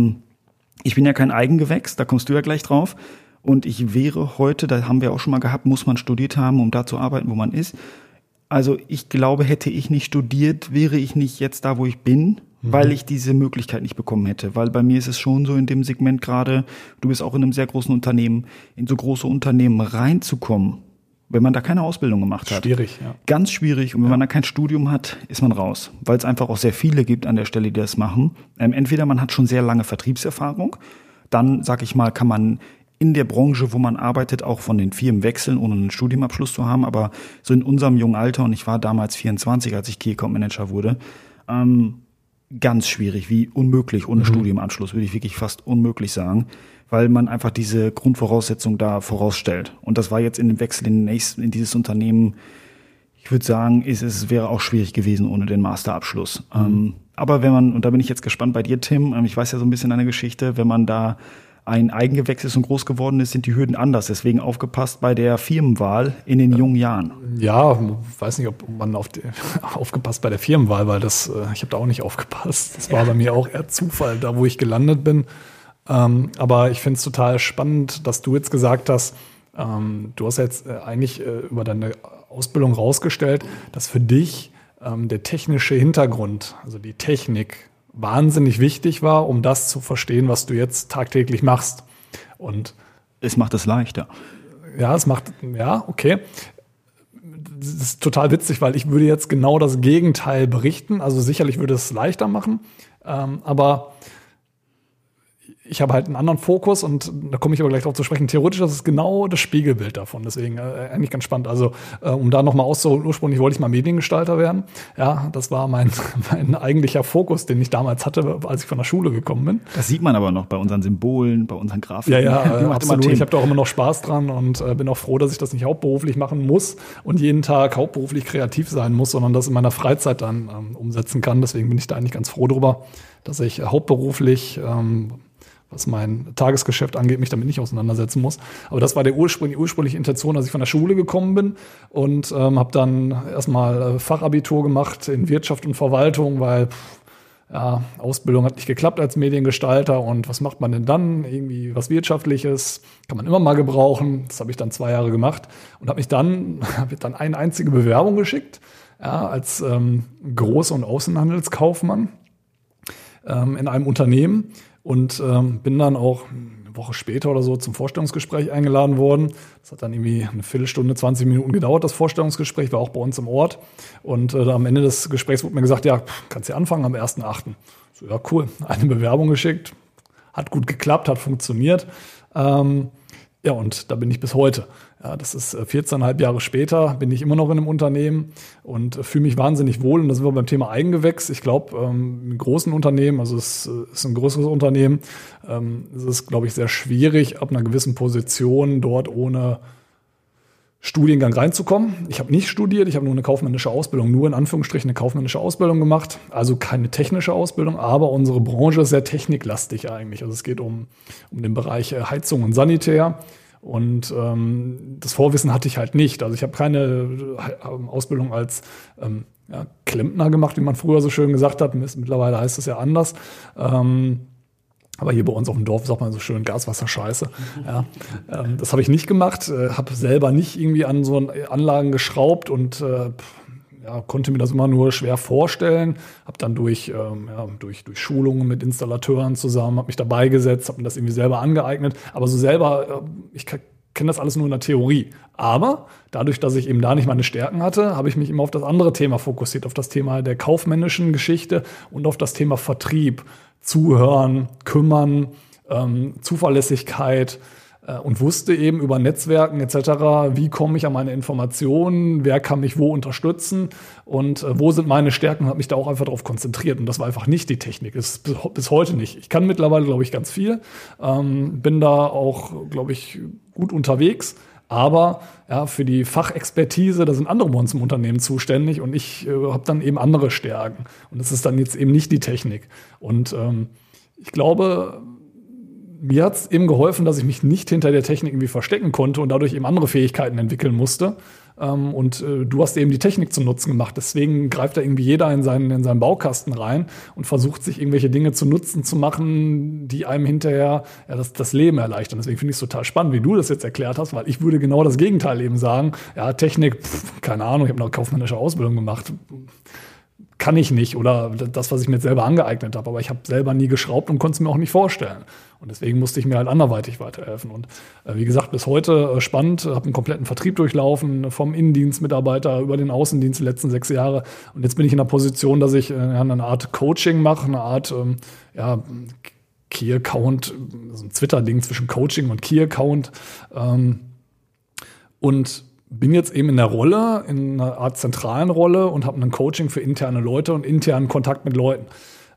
ich bin ja kein Eigengewächs, da kommst du ja gleich drauf. Und ich wäre heute, da haben wir auch schon mal gehabt, muss man studiert haben, um da zu arbeiten, wo man ist. Also ich glaube, hätte ich nicht studiert, wäre ich nicht jetzt da, wo ich bin, weil ich diese Möglichkeit nicht bekommen hätte. Weil bei mir ist es schon so in dem Segment gerade, du bist auch in einem sehr großen Unternehmen, in so große Unternehmen reinzukommen, wenn man da keine Ausbildung gemacht hat. Schwierig, ja. Ganz schwierig. Und wenn man da kein Studium hat, ist man raus. Weil es einfach auch sehr viele gibt an der Stelle, die das machen. Entweder man hat schon sehr lange Vertriebserfahrung, dann, sag ich mal, kann man in der Branche, wo man arbeitet, auch von den Firmen wechseln, ohne einen Studienabschluss zu haben. Aber so in unserem jungen Alter, und ich war damals 24, als ich Key Account Manager wurde, ganz schwierig, wie unmöglich ohne Studienabschluss, würde ich wirklich fast unmöglich sagen, weil man einfach diese Grundvoraussetzung da vorausstellt. Und das war jetzt in dem Wechsel in dieses Unternehmen, ich würde sagen, es wäre auch schwierig gewesen ohne den Masterabschluss. Aber wenn man, und da bin ich jetzt gespannt bei dir, Tim, ich weiß ja so ein bisschen deine Geschichte, wenn man da ein Eigengewächs ist und groß geworden ist, sind die Hürden anders. Deswegen aufgepasst bei der Firmenwahl in den jungen Jahren. Ja, weiß nicht, ob man aufgepasst bei der Firmenwahl, weil ich habe da auch nicht aufgepasst. Das war bei mir auch eher Zufall, da wo ich gelandet bin. Aber ich finde es total spannend, dass du jetzt gesagt hast, du hast jetzt eigentlich über deine Ausbildung rausgestellt, dass für dich der technische Hintergrund, also die Technik, wahnsinnig wichtig war, um das zu verstehen, was du jetzt tagtäglich machst. Und es macht es leichter. Ja, okay. Das ist total witzig, weil ich würde jetzt genau das Gegenteil berichten. Also sicherlich würde es leichter machen, aber ich habe halt einen anderen Fokus und da komme ich aber gleich drauf zu sprechen. Theoretisch ist es genau das Spiegelbild davon, deswegen eigentlich ganz spannend. Also um da nochmal auszuholen, ursprünglich wollte ich mal Mediengestalter werden. Ja, das war mein eigentlicher Fokus, den ich damals hatte, als ich von der Schule gekommen bin. Das sieht man aber noch bei unseren Symbolen, bei unseren Grafiken. Ja, absolut. Ich habe da auch immer noch Spaß dran und bin auch froh, dass ich das nicht hauptberuflich machen muss und jeden Tag hauptberuflich kreativ sein muss, sondern das in meiner Freizeit dann umsetzen kann. Deswegen bin ich da eigentlich ganz froh drüber, dass ich hauptberuflich was mein Tagesgeschäft angeht, mich damit nicht auseinandersetzen muss. Aber das war die ursprüngliche Intention, als ich von der Schule gekommen bin und habe dann erstmal Fachabitur gemacht in Wirtschaft und Verwaltung, weil Ausbildung hat nicht geklappt als Mediengestalter und was macht man denn dann? Irgendwie was Wirtschaftliches, kann man immer mal gebrauchen. Das habe ich dann 2 Jahre gemacht und habe dann eine einzige Bewerbung geschickt, als Groß- und Außenhandelskaufmann in einem Unternehmen. Und bin dann auch eine Woche später oder so zum Vorstellungsgespräch eingeladen worden. Das hat dann irgendwie eine Viertelstunde, 20 Minuten gedauert, das Vorstellungsgespräch, war auch bei uns im Ort. Und am Ende des Gesprächs wurde mir gesagt, ja, kannst ja anfangen am 1.8. So, ja, cool, eine Bewerbung geschickt, hat gut geklappt, hat funktioniert. Ja, und da bin ich bis heute. Ja, das ist 14,5 Jahre später, bin ich immer noch in einem Unternehmen und fühle mich wahnsinnig wohl. Und da sind wir beim Thema Eigengewächs. Ich glaube, in großen Unternehmen, also es ist ein größeres Unternehmen, es ist, glaube ich, sehr schwierig, ab einer gewissen Position dort ohne Studiengang reinzukommen. Ich habe nicht studiert, ich habe nur eine kaufmännische Ausbildung, nur in Anführungsstrichen eine kaufmännische Ausbildung gemacht, also keine technische Ausbildung, aber unsere Branche ist sehr techniklastig eigentlich. Also es geht um den Bereich Heizung und Sanitär und das Vorwissen hatte ich halt nicht. Also ich habe keine Ausbildung als Klempner gemacht, wie man früher so schön gesagt hat. Mittlerweile heißt es ja anders. Aber hier bei uns auf dem Dorf sagt man so schön Gaswasserscheiße. Ja, das habe ich nicht gemacht, habe selber nicht irgendwie an so Anlagen geschraubt und konnte mir das immer nur schwer vorstellen. Habe dann durch Schulungen mit Installateuren zusammen, habe mich dabei gesetzt, habe mir das irgendwie selber angeeignet. Aber so selber, ich kenne das alles nur in der Theorie. Aber dadurch, dass ich eben da nicht meine Stärken hatte, habe ich mich immer auf das andere Thema fokussiert, auf das Thema der kaufmännischen Geschichte und auf das Thema Vertrieb. Zuhören, kümmern, Zuverlässigkeit und wusste eben über Netzwerken etc., wie komme ich an meine Informationen, wer kann mich wo unterstützen und wo sind meine Stärken, habe mich da auch einfach darauf konzentriert und das war einfach nicht die Technik, das ist bis heute nicht. Ich kann mittlerweile, glaube ich, ganz viel, bin da auch, glaube ich, gut unterwegs. Aber ja, für die Fachexpertise, da sind andere bei uns im Unternehmen zuständig und ich habe dann eben andere Stärken. Und das ist dann jetzt eben nicht die Technik. Und ich glaube, mir hat es eben geholfen, dass ich mich nicht hinter der Technik irgendwie verstecken konnte und dadurch eben andere Fähigkeiten entwickeln musste. Und du hast eben die Technik zum Nutzen gemacht. Deswegen greift da irgendwie jeder in seinen Baukasten rein und versucht, sich irgendwelche Dinge zu Nutzen zu machen, die einem hinterher das Leben erleichtern. Deswegen finde ich es total spannend, wie du das jetzt erklärt hast, weil ich würde genau das Gegenteil eben sagen. Ja, Technik, keine Ahnung, ich habe eine kaufmännische Ausbildung gemacht. Kann ich nicht oder das, was ich mir jetzt selber angeeignet habe. Aber ich habe selber nie geschraubt und konnte es mir auch nicht vorstellen. Und deswegen musste ich mir halt anderweitig weiterhelfen. Und wie gesagt, bis heute spannend, habe einen kompletten Vertrieb durchlaufen, vom Innendienstmitarbeiter über den Außendienst die letzten 6 Jahre. Und jetzt bin ich in der Position, dass ich eine Art Coaching mache, eine Art Key Account, so ein Twitter-Ding zwischen Coaching und Key Account. Und bin jetzt eben in der Rolle, in einer Art zentralen Rolle und habe ein Coaching für interne Leute und internen Kontakt mit Leuten.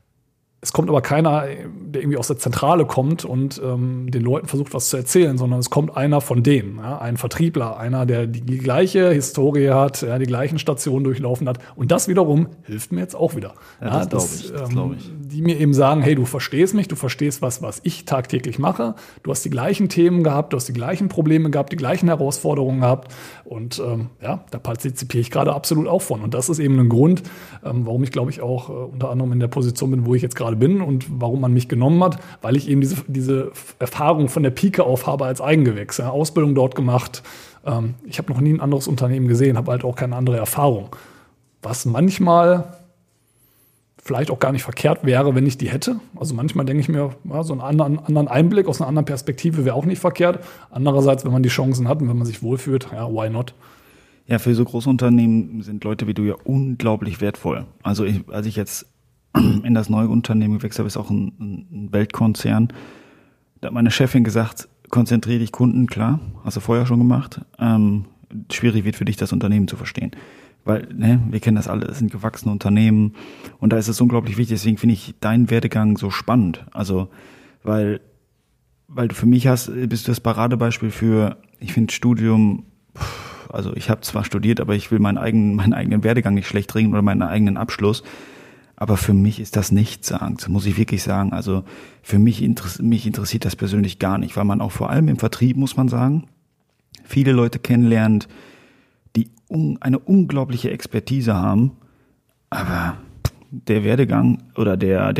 Es kommt aber keiner, der irgendwie aus der Zentrale kommt und den Leuten versucht, was zu erzählen, sondern es kommt einer von denen, ja, ein Vertriebler, einer, der die gleiche Historie hat, ja, die gleichen Stationen durchlaufen hat. Und das wiederum hilft mir jetzt auch wieder. Ja, das glaube ich. Die mir eben sagen, hey, du verstehst mich, du verstehst was ich tagtäglich mache. Du hast die gleichen Themen gehabt, du hast die gleichen Probleme gehabt, die gleichen Herausforderungen gehabt. Und da partizipiere ich gerade absolut auch von. Und das ist eben ein Grund, warum ich, glaube ich, auch unter anderem in der Position bin, wo ich jetzt gerade bin und warum man mich genommen hat, weil ich eben diese Erfahrung von der Pike auf habe als Eigengewächs. Ja, Ausbildung dort gemacht. Ich habe noch nie ein anderes Unternehmen gesehen, habe halt auch keine andere Erfahrung. Was manchmal vielleicht auch gar nicht verkehrt wäre, wenn ich die hätte. Also manchmal denke ich mir, ja, so einen anderen Einblick aus einer anderen Perspektive wäre auch nicht verkehrt. Andererseits, wenn man die Chancen hat und wenn man sich wohlfühlt, ja, why not? Ja, für so große Unternehmen sind Leute wie du ja unglaublich wertvoll. Also als ich jetzt in das neue Unternehmen gewechselt habe, ist auch ein Weltkonzern, da hat meine Chefin gesagt, konzentriere dich Kunden, klar, hast du vorher schon gemacht. Schwierig wird für dich, das Unternehmen zu verstehen. Weil, wir kennen das alle, es sind gewachsene Unternehmen und da ist es unglaublich wichtig, deswegen finde ich deinen Werdegang so spannend. Also, weil du für mich bist du das Paradebeispiel für, ich finde Studium, also ich habe zwar studiert, aber ich will meinen eigenen Werdegang nicht schlecht reden oder meinen eigenen Abschluss. Aber für mich ist das nichtssagend, muss ich wirklich sagen. Also für mich interessiert das persönlich gar nicht, weil man auch vor allem im Vertrieb, muss man sagen, viele Leute kennenlernt, die eine unglaubliche Expertise haben, aber der Werdegang oder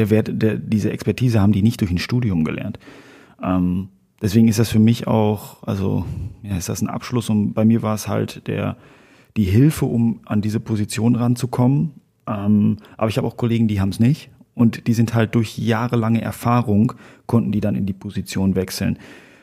diese Expertise haben die nicht durch ein Studium gelernt. Deswegen ist das für mich auch, also ist das ein Abschluss und bei mir war es halt die Hilfe, um an diese Position ranzukommen. Aber ich habe auch Kollegen, die haben es nicht und die sind halt durch jahrelange Erfahrung, konnten die dann in die Position wechseln.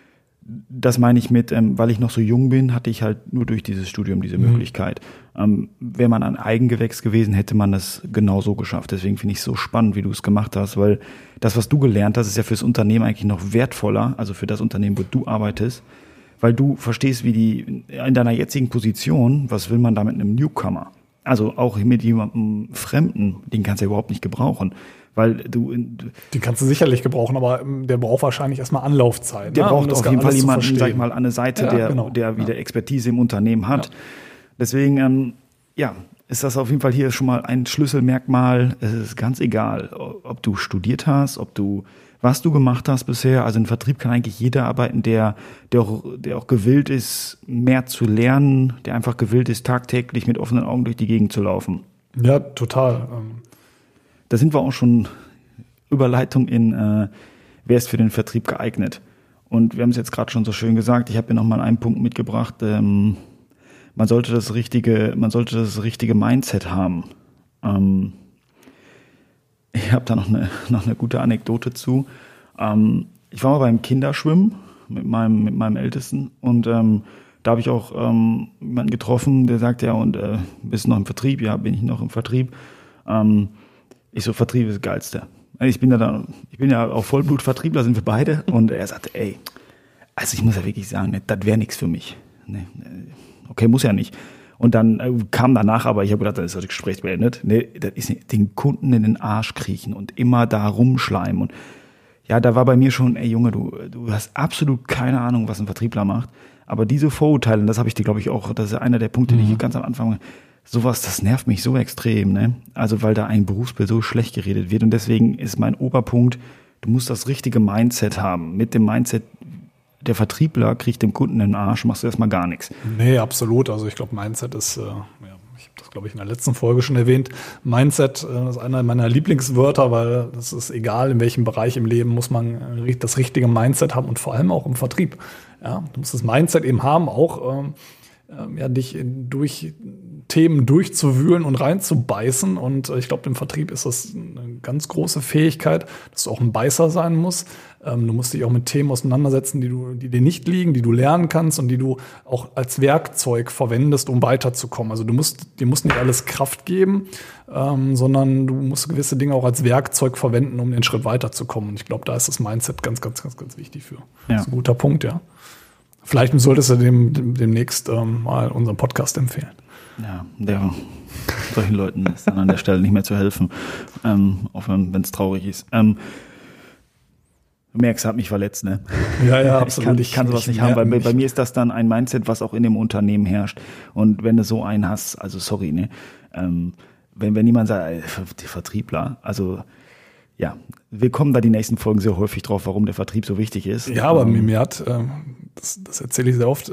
Das meine ich mit, weil ich noch so jung bin, hatte ich halt nur durch dieses Studium diese Möglichkeit. Wäre man ein Eigengewächs gewesen, hätte man das genauso geschafft. Deswegen finde ich es so spannend, wie du es gemacht hast, weil das, was du gelernt hast, ist ja fürs Unternehmen eigentlich noch wertvoller, also für das Unternehmen, wo du arbeitest, weil du verstehst, in deiner jetzigen Position, was will man da mit einem Newcomer? Also auch mit jemandem Fremden, den kannst du ja überhaupt nicht gebrauchen. Weil den kannst du sicherlich gebrauchen, aber der braucht wahrscheinlich erstmal Anlaufzeit. Der braucht auf jeden Fall jemanden, sag ich mal, an der Seite, der wieder Expertise im Unternehmen hat. Ja. Deswegen, ist das auf jeden Fall hier schon mal ein Schlüsselmerkmal. Es ist ganz egal, ob du studiert hast, was du gemacht hast bisher. Also im Vertrieb kann eigentlich jeder arbeiten, der auch gewillt ist, mehr zu lernen, der einfach gewillt ist, tagtäglich mit offenen Augen durch die Gegend zu laufen. Ja, total. Da sind wir auch schon Überleitung in, wer ist für den Vertrieb geeignet? Und wir haben es jetzt gerade schon so schön gesagt, ich habe hier nochmal einen Punkt mitgebracht, man sollte das richtige Mindset haben. Ich habe da noch eine gute Anekdote zu. Ich war mal beim Kinderschwimmen mit meinem Ältesten und da habe ich auch jemanden getroffen, der sagt, bist du noch im Vertrieb? Ja, bin ich noch im Vertrieb. Ich so, Vertrieb ist das Geilste. Ich bin ja auch Vollblutvertriebler, sind wir beide. Und er sagte, also ich muss ja wirklich sagen, das wäre nichts für mich. Nee, okay, muss ja nicht. Und dann kam danach, aber ich habe gedacht, dann ist das Gespräch beendet. Nee, das ist nicht, den Kunden in den Arsch kriechen und immer da rumschleimen. Und ja, da war bei mir schon, Junge, du hast absolut keine Ahnung, was ein Vertriebler macht. Aber diese Vorurteile, das habe ich dir, glaube ich, auch, das ist einer der Punkte, die ich ganz am Anfang, sowas, das nervt mich so extrem, ne? Also, weil da ein Berufsbild so schlecht geredet wird. Und deswegen ist mein Oberpunkt, du musst das richtige Mindset haben. Mit dem Mindset, der Vertriebler kriegt dem Kunden in den Arsch, machst du erstmal gar nichts. Nee, absolut. Also ich glaube, Mindset ist, ich habe das, glaube ich, in der letzten Folge schon erwähnt, Mindset ist einer meiner Lieblingswörter, weil es ist egal, in welchem Bereich im Leben muss man das richtige Mindset haben und vor allem auch im Vertrieb. Ja, du musst das Mindset eben haben, auch dich durch Themen durchzuwühlen und reinzubeißen. Und ich glaube, im Vertrieb ist das eine ganz große Fähigkeit, dass du auch ein Beißer sein musst. Du musst dich auch mit Themen auseinandersetzen, die dir nicht liegen, die du lernen kannst und die du auch als Werkzeug verwendest, um weiterzukommen. Also dir muss nicht alles Kraft geben, sondern du musst gewisse Dinge auch als Werkzeug verwenden, um den Schritt weiterzukommen. Und ich glaube, da ist das Mindset ganz, ganz, ganz, ganz wichtig für. Ja. Das ist ein guter Punkt, ja. Vielleicht solltest du demnächst mal unseren Podcast empfehlen. Ja, solchen Leuten ist dann an der Stelle nicht mehr zu helfen, auch wenn es traurig ist. Du merkst, hat mich verletzt, ne? Ja, absolut. Ich kann sowas nicht haben, weil bei mir ist das dann ein Mindset, was auch in dem Unternehmen herrscht. Und wenn du so einen hast, also sorry, ne? Wenn jemand sagt, die Vertriebler, also ja, wir kommen da die nächsten Folgen sehr häufig drauf, warum der Vertrieb so wichtig ist. Ja, aber mir hat, das erzähle ich sehr oft,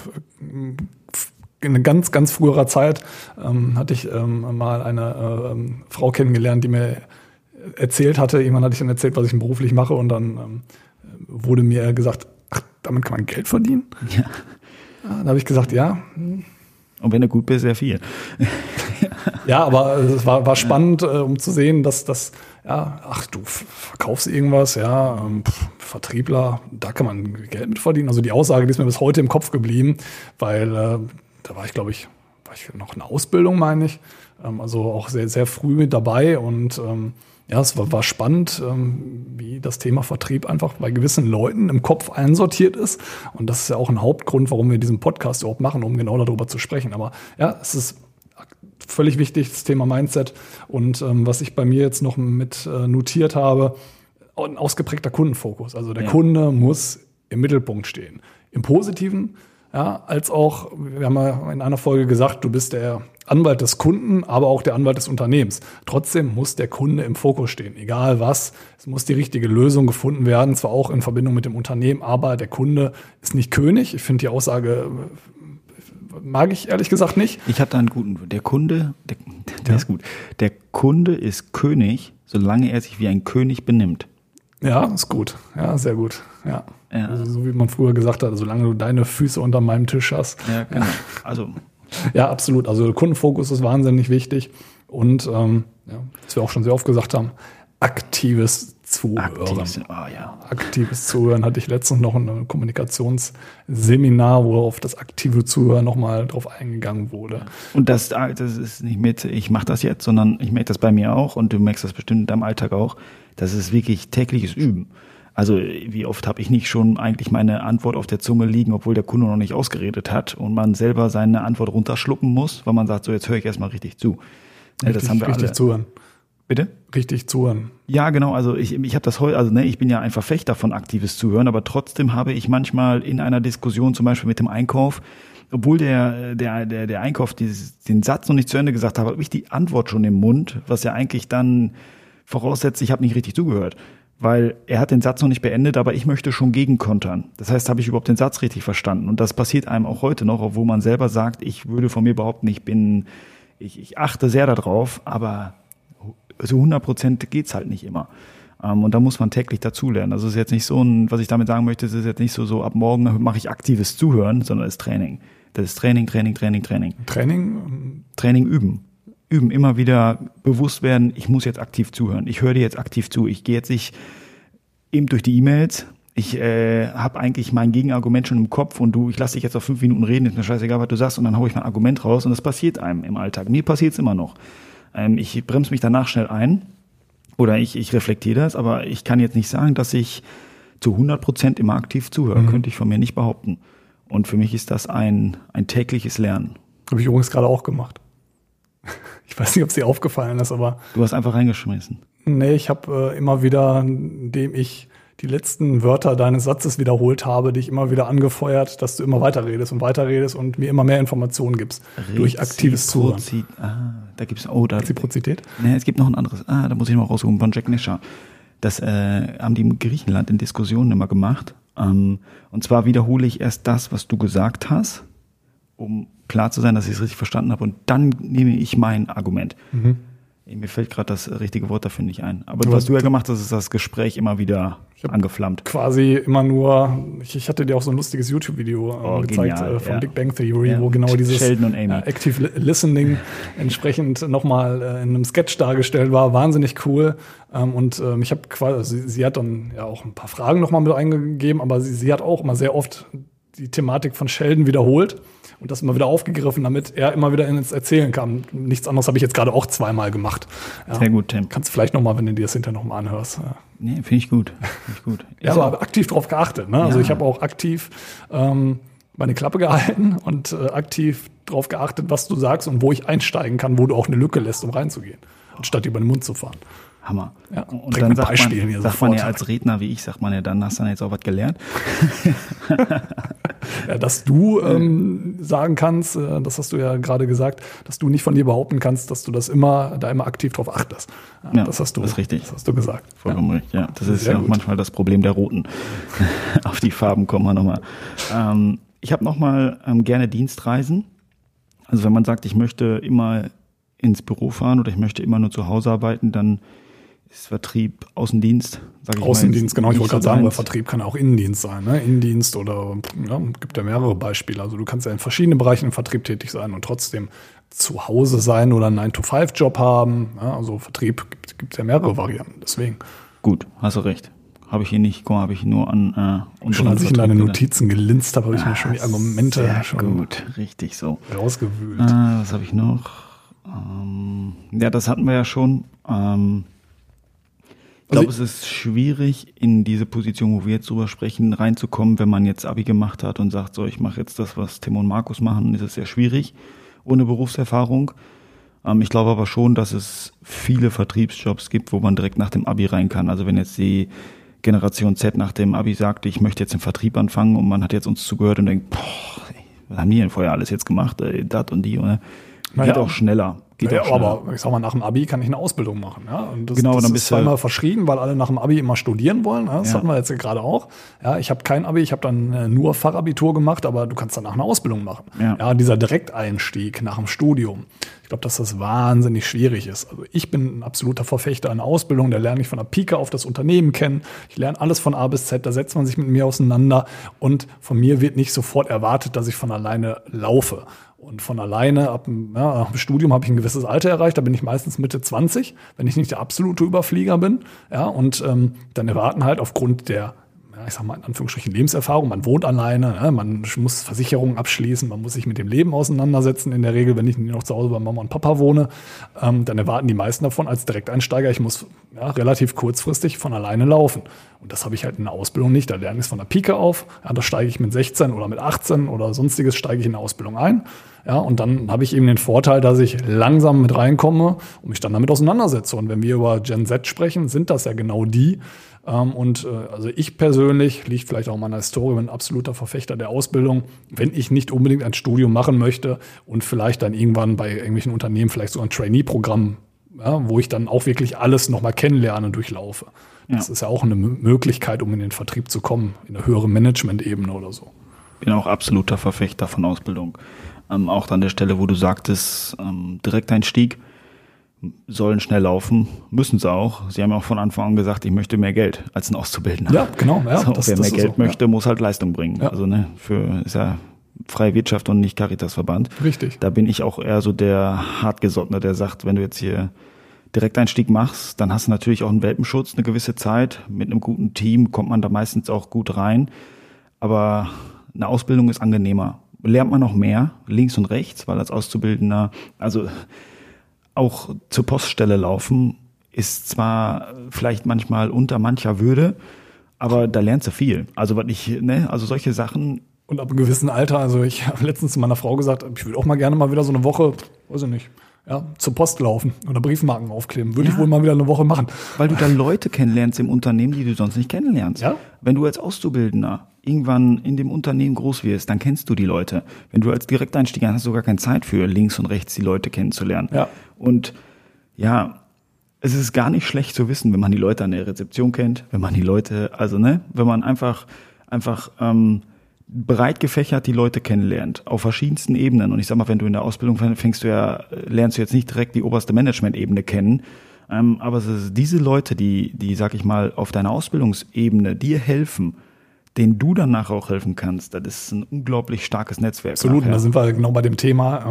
in ganz, ganz früherer Zeit hatte ich mal eine Frau kennengelernt, die mir erzählt hatte, irgendwann hatte ich dann erzählt, was ich beruflich mache und dann wurde mir gesagt, ach, damit kann man Geld verdienen? Ja. Da habe ich gesagt, ja. Und wenn du gut bist, sehr viel. Ja, aber es war spannend, um zu sehen, dass das, du verkaufst irgendwas, Vertriebler, da kann man Geld mit verdienen. Also die Aussage, die ist mir bis heute im Kopf geblieben, weil da war ich, glaube ich, noch in der Ausbildung, meine ich. Also auch sehr, sehr früh mit dabei und es war spannend, wie das Thema Vertrieb einfach bei gewissen Leuten im Kopf einsortiert ist. Und das ist ja auch ein Hauptgrund, warum wir diesen Podcast überhaupt machen, um genau darüber zu sprechen. Aber ja, es ist völlig wichtig, das Thema Mindset. Und was ich bei mir jetzt noch mit notiert habe, ein ausgeprägter Kundenfokus. Also der Kunde muss im Mittelpunkt stehen. Im Positiven, als auch, wir haben ja in einer Folge gesagt, du bist der Anwalt des Kunden, aber auch der Anwalt des Unternehmens. Trotzdem muss der Kunde im Fokus stehen, egal was. Es muss die richtige Lösung gefunden werden, zwar auch in Verbindung mit dem Unternehmen, aber der Kunde ist nicht König. Ich finde die Aussage, mag ich ehrlich gesagt nicht. Ich habe da einen guten, der Kunde, der ist gut. Der Kunde ist König, solange er sich wie ein König benimmt. Ja, ist gut. Ja, sehr gut. Ja. Also, so wie man früher gesagt hat, solange du deine Füße unter meinem Tisch hast. Ja, genau. Also. Ja, absolut. Also Kundenfokus ist wahnsinnig wichtig. Und was wir auch schon sehr oft gesagt haben, aktives Zuhören. Aktives Zuhören hatte ich letztens noch ein Kommunikationsseminar, wo auf das aktive Zuhören nochmal drauf eingegangen wurde. Und das ist nicht mit, ich mache das jetzt, sondern ich merke das bei mir auch und du merkst das bestimmt in deinem Alltag auch. Das ist wirklich tägliches Üben. Also wie oft habe ich nicht schon eigentlich meine Antwort auf der Zunge liegen, obwohl der Kunde noch nicht ausgeredet hat und man selber seine Antwort runterschlucken muss, weil man sagt, so jetzt höre ich erstmal richtig zu. Das haben wir richtig alle. zuhören. Bitte? Richtig zuhören. Ja, genau. Also ich habe das heute, also ich bin ja ein Verfechter von aktives Zuhören, aber trotzdem habe ich manchmal in einer Diskussion, zum Beispiel mit dem Einkauf, obwohl der Einkauf den Satz noch nicht zu Ende gesagt hat, habe ich die Antwort schon im Mund, was ja eigentlich dann voraussetzt, ich habe nicht richtig zugehört. Weil er hat den Satz noch nicht beendet, aber ich möchte schon gegenkontern. Das heißt, habe ich überhaupt den Satz richtig verstanden? Und das passiert einem auch heute noch, obwohl man selber sagt, ich würde von mir behaupten, ich achte sehr darauf, aber so 100% geht's halt nicht immer. Und da muss man täglich dazulernen. Also es ist jetzt nicht so was ich damit sagen möchte, es ist jetzt nicht so ab morgen mache ich aktives Zuhören, sondern es ist Training. Das ist Training. Training üben. Üben, immer wieder bewusst werden, ich muss jetzt aktiv zuhören. Ich höre dir jetzt aktiv zu. Ich gehe jetzt nicht eben durch die E-Mails. Ich habe eigentlich mein Gegenargument schon im Kopf und ich lasse dich jetzt auf 5 Minuten reden, ist mir scheißegal, was du sagst, und dann haue ich mein Argument raus und das passiert einem im Alltag. Mir passiert es immer noch. Ich bremse mich danach schnell ein oder ich reflektiere das, aber ich kann jetzt nicht sagen, dass ich zu 100% immer aktiv zuhöre. Könnte ich von mir nicht behaupten. Und für mich ist das ein tägliches Lernen. Habe ich übrigens gerade auch gemacht. Ich weiß nicht, ob es dir aufgefallen ist, aber... Du hast einfach reingeschmissen. Nee, ich habe immer wieder, indem ich die letzten Wörter deines Satzes wiederholt habe, dich immer wieder angefeuert, dass du immer weiterredest und mir immer mehr Informationen gibst. Durch aktives Zuhören. Da gibt's Reziprozität? Nee, es gibt noch ein anderes. Da muss ich noch raussuchen, von Jack Nischer. Das haben die in Griechenland in Diskussionen immer gemacht. Und zwar wiederhole ich erst das, was du gesagt hast, um klar zu sein, dass ich es richtig verstanden habe. Und dann nehme ich mein Argument. Mhm. Mir fällt gerade das richtige Wort dafür nicht ein. Aber was du ja gemacht hast, ist das Gespräch immer wieder angeflammt. Quasi immer nur, ich hatte dir auch so ein lustiges YouTube-Video gezeigt genial, von Big Bang Theory, wo genau dieses Active Listening entsprechend nochmal in einem Sketch dargestellt war. Wahnsinnig cool. Und ich habe quasi, sie hat dann ja auch ein paar Fragen nochmal mit eingegeben, aber sie hat auch immer sehr oft die Thematik von Sheldon wiederholt und das immer wieder aufgegriffen, damit er immer wieder ins Erzählen kam. Nichts anderes habe ich jetzt gerade auch 2-mal gemacht. Ja. Sehr gut, Tim. Kannst du vielleicht nochmal, wenn du dir das hinterher nochmal anhörst. Ja. Nee, finde ich gut. Ja, aber aktiv drauf geachtet. Ne? Ja. Also ich habe auch aktiv meine Klappe gehalten und aktiv drauf geachtet, was du sagst und wo ich einsteigen kann, wo du auch eine Lücke lässt, um reinzugehen, anstatt über den Mund zu fahren. Hammer. Ja, und dann sagt man ja als Redner wie ich, sagt man ja dann, hast du dann jetzt auch was gelernt? Ja, dass du sagen kannst, das hast du ja gerade gesagt, dass du nicht von dir behaupten kannst, dass du da immer aktiv drauf achtest. Ja, das ist richtig. Das hast du gesagt. Vollkommen richtig, ja. Das ist ja auch manchmal das Problem der Roten. Auf die Farben kommen wir nochmal. Ich habe nochmal gerne Dienstreisen. Also wenn man sagt, ich möchte immer ins Büro fahren oder ich möchte immer nur zu Hause arbeiten, dann ist Vertrieb, Außendienst, sage ich mal. Außendienst, genau. Ich wollte gerade sagen, weil Vertrieb kann auch Innendienst sein. Ne? Innendienst oder, gibt ja mehrere Beispiele. Also du kannst ja in verschiedenen Bereichen im Vertrieb tätig sein und trotzdem zu Hause sein oder einen 9-to-5-Job haben. Ja, also Vertrieb gibt ja mehrere Varianten. Deswegen. Gut, hast du recht. Habe ich hier nicht, habe ich nur an schon als ich in deine Notizen gelinst habe, habe ich mir schon die Argumente gut, richtig so rausgewühlt. Was habe ich noch? Ja, das hatten wir ja schon. Ich glaube, es ist schwierig, in diese Position, wo wir jetzt drüber sprechen, reinzukommen, wenn man jetzt Abi gemacht hat und sagt, so, ich mache jetzt das, was Tim und Markus machen, ist es sehr schwierig, ohne Berufserfahrung. Ich glaube aber schon, dass es viele Vertriebsjobs gibt, wo man direkt nach dem Abi rein kann. Also wenn jetzt die Generation Z nach dem Abi sagt, ich möchte jetzt im Vertrieb anfangen und man hat jetzt uns zugehört und denkt, was haben die denn vorher alles jetzt gemacht, das und die, oder? Geht auch schneller. Aber ich sag mal, nach dem Abi kann ich eine Ausbildung machen. Ja? Und das dann ist zweimal verschrien, weil alle nach dem Abi immer studieren wollen. Ja? Das hatten wir jetzt gerade auch. Ja, ich habe kein Abi, ich habe dann nur Fachabitur gemacht, aber du kannst danach eine Ausbildung machen. Ja, dieser Direkteinstieg nach dem Studium. Ich glaube, dass das wahnsinnig schwierig ist. Also ich bin ein absoluter Verfechter einer Ausbildung. Da lerne ich von der Pike auf das Unternehmen kennen. Ich lerne alles von A bis Z. Da setzt man sich mit mir auseinander. Und von mir wird nicht sofort erwartet, dass ich von alleine laufe. Und von alleine, nach dem Studium habe ich ein gewisses Alter erreicht, da bin ich meistens Mitte 20, wenn ich nicht der absolute Überflieger bin. Ja, und dann erwarten halt aufgrund der ich sag mal in Anführungsstrichen Lebenserfahrung. Man wohnt alleine, ne? Man muss Versicherungen abschließen, man muss sich mit dem Leben auseinandersetzen. In der Regel, wenn ich noch zu Hause bei Mama und Papa wohne, dann erwarten die meisten davon als Direkteinsteiger, ich muss relativ kurzfristig von alleine laufen. Und das habe ich halt in der Ausbildung nicht. Da lerne ich es von der Pike auf. Ja, da steige ich mit 16 oder mit 18 oder sonstiges steige ich in der Ausbildung ein. Ja, und dann habe ich eben den Vorteil, dass ich langsam mit reinkomme und mich dann damit auseinandersetze. Und wenn wir über Gen Z sprechen, sind das ja genau die. Also ich persönlich, liegt vielleicht auch in meiner Historie, bin ein absoluter Verfechter der Ausbildung, wenn ich nicht unbedingt ein Studium machen möchte und vielleicht dann irgendwann bei irgendwelchen Unternehmen vielleicht so ein Trainee-Programm, wo ich dann auch wirklich alles nochmal kennenlerne und durchlaufe. Das ist ja auch eine Möglichkeit, um in den Vertrieb zu kommen, in eine höhere Management-Ebene oder so. Bin auch absoluter Verfechter von Ausbildung. Auch an der Stelle, wo du sagtest, Direkteinstieg, sollen schnell laufen, müssen sie auch. Sie haben auch von Anfang an gesagt, ich möchte mehr Geld als ein Auszubildender. Ja, genau. Ja, so, wer mehr Geld möchte, muss halt Leistung bringen. Ja. Also ist ja freie Wirtschaft und nicht Caritasverband. Richtig. Da bin ich auch eher so der Hartgesottene, der sagt, wenn du jetzt hier Direkteinstieg machst, dann hast du natürlich auch einen Welpenschutz eine gewisse Zeit. Mit einem guten Team kommt man da meistens auch gut rein. Aber eine Ausbildung ist angenehmer. Lernt man noch mehr, links und rechts, weil als Auszubildender, also auch zur Poststelle laufen, ist zwar vielleicht manchmal unter mancher Würde, aber da lernst du viel. Also also solche Sachen. Und ab einem gewissen Alter, also ich habe letztens zu meiner Frau gesagt, ich würde auch mal gerne mal wieder so eine Woche, weiß ich nicht, zur Post laufen oder Briefmarken aufkleben. Würde ich wohl mal wieder eine Woche machen. Weil du da Leute kennenlernst im Unternehmen, die du sonst nicht kennenlernst. Ja? Wenn du als Auszubildender irgendwann in dem Unternehmen groß wirst, dann kennst du die Leute. Wenn du als Direkteinsteiger hast du gar keine Zeit für, links und rechts die Leute kennenzulernen. Ja. Und es ist gar nicht schlecht zu wissen, wenn man die Leute an der Rezeption kennt, wenn man die Leute, wenn man einfach breit gefächert die Leute kennenlernt, auf verschiedensten Ebenen. Und ich sag mal, wenn du in der Ausbildung lernst du jetzt nicht direkt die oberste Management-Ebene kennen, aber es ist diese Leute, die, sag ich mal, auf deiner Ausbildungsebene dir helfen, denen du danach auch helfen kannst, das ist ein unglaublich starkes Netzwerk. Absolut, da sind wir genau bei dem Thema,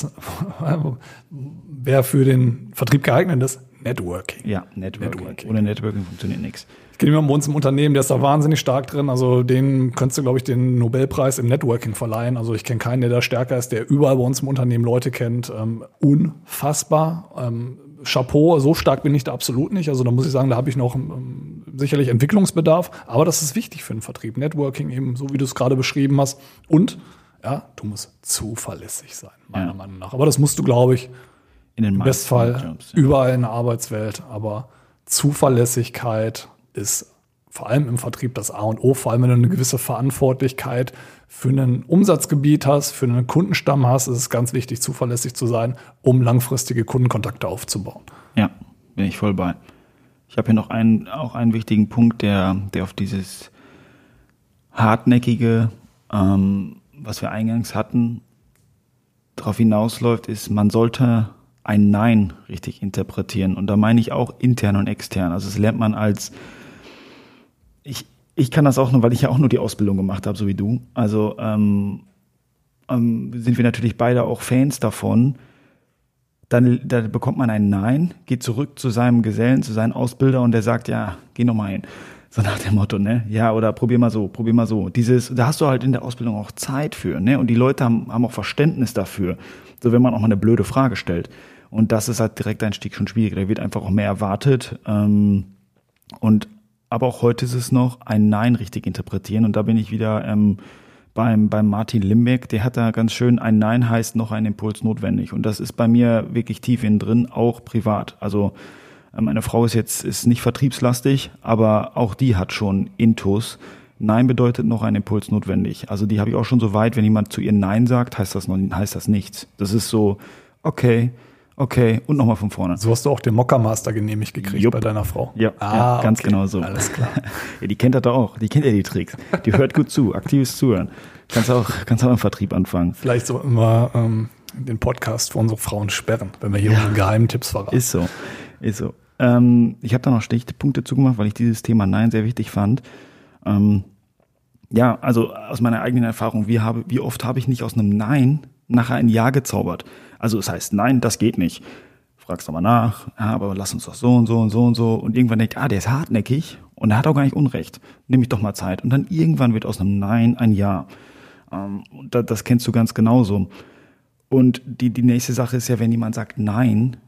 wer für den Vertrieb geeignet ist, Networking. Ja, Networking. Ohne Networking funktioniert nichts. Ich kenne jemanden bei uns im Unternehmen, der ist da wahnsinnig stark drin. Also den könntest du, glaube ich, den Nobelpreis im Networking verleihen. Also ich kenne keinen, der da stärker ist, der überall bei uns im Unternehmen Leute kennt. Unfassbar. Chapeau, so stark bin ich da absolut nicht. Also da muss ich sagen, da habe ich noch sicherlich Entwicklungsbedarf. Aber das ist wichtig für den Vertrieb. Networking eben, so wie du es gerade beschrieben hast. Und du musst zuverlässig sein, meiner Meinung nach. Aber das musst du, glaube ich, im Bestfall überall in der Arbeitswelt. Aber Zuverlässigkeit ist vor allem im Vertrieb das A und O, vor allem wenn du eine gewisse Verantwortlichkeit für ein Umsatzgebiet hast, für einen Kundenstamm hast, ist es ganz wichtig, zuverlässig zu sein, um langfristige Kundenkontakte aufzubauen. Ja, bin ich voll bei. Ich habe hier noch einen wichtigen Punkt, der auf dieses hartnäckige, was wir eingangs hatten, darauf hinausläuft, ist, man sollte ein Nein richtig interpretieren. Und da meine ich auch intern und extern. Also das lernt man ich kann das auch nur, weil ich ja auch nur die Ausbildung gemacht habe, so wie du. Also sind wir natürlich beide auch Fans davon. Da bekommt man ein Nein, geht zurück zu seinem Gesellen, zu seinem Ausbilder und der sagt, ja, geh noch mal hin. So nach dem Motto, ne? Ja, oder probier mal so. Da hast du halt in der Ausbildung auch Zeit für, ne? Und die Leute haben auch Verständnis dafür. So, wenn man auch mal eine blöde Frage stellt. Und das ist halt Direkteinstieg schon schwierig. Da wird einfach auch mehr erwartet. Aber auch heute ist es noch ein Nein richtig interpretieren. Und da bin ich wieder beim Martin Limbeck. Der hat da ganz schön, ein Nein heißt noch ein Impuls notwendig. Und das ist bei mir wirklich tief innen drin, auch privat. Also meine Frau ist nicht vertriebslastig, aber auch die hat schon Intus. Nein bedeutet noch ein Impuls notwendig. Also die habe ich auch schon so weit, wenn jemand zu ihr Nein sagt, heißt das nichts. Das ist so, okay, und nochmal von vorne. So hast du auch den Mokka-Master genehmigt gekriegt bei deiner Frau? Ja, ganz genau so. Alles klar. Ja, die kennt das doch auch. Die kennt ja die Tricks. Die hört gut zu, aktives Zuhören. Kannst auch im Vertrieb anfangen. Vielleicht sollten wir den Podcast für unsere Frauen sperren, wenn wir hier unsere geheimen Tipps verraten. Ist so. Ich habe da noch Stichpunkte zugemacht, weil ich dieses Thema Nein sehr wichtig fand. Also aus meiner eigenen Erfahrung, wie oft habe ich nicht aus einem Nein nachher ein Ja gezaubert? Also es heißt, nein, das geht nicht. fragst nochmal nach, ja, aber lass uns doch so und so und so und so. Und irgendwann denkt, der ist hartnäckig und er hat auch gar nicht Unrecht. Nimm ich doch mal Zeit. Und dann irgendwann wird aus einem Nein ein Ja. Das kennst du ganz genauso. Und die nächste Sache ist ja, wenn jemand sagt Nein,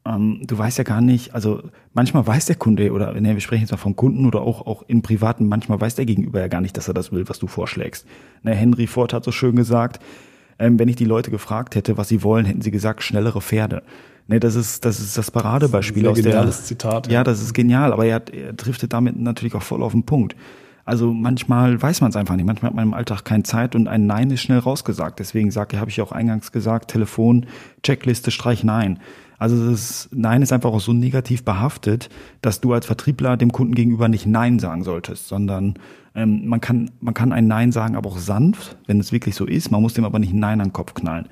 du weißt ja gar nicht, also manchmal weiß der Kunde, oder wir sprechen jetzt mal vom Kunden oder auch im Privaten, manchmal weiß der Gegenüber ja gar nicht, dass er das will, was du vorschlägst. Henry Ford hat so schön gesagt, wenn ich die Leute gefragt hätte, was sie wollen, hätten sie gesagt, schnellere Pferde. Das ist das Paradebeispiel aus der. Geniales Zitat. Ja, das ist genial, aber er driftet damit natürlich auch voll auf den Punkt. Also manchmal weiß man es einfach nicht. Manchmal hat man im Alltag keine Zeit und ein Nein ist schnell rausgesagt. Deswegen habe ich auch eingangs gesagt, Telefon, Checkliste, Streich Nein. Also das Nein ist einfach auch so negativ behaftet, dass du als Vertriebler dem Kunden gegenüber nicht Nein sagen solltest, sondern man kann ein Nein sagen, aber auch sanft, wenn es wirklich so ist. Man muss dem aber nicht Nein an den Kopf knallen.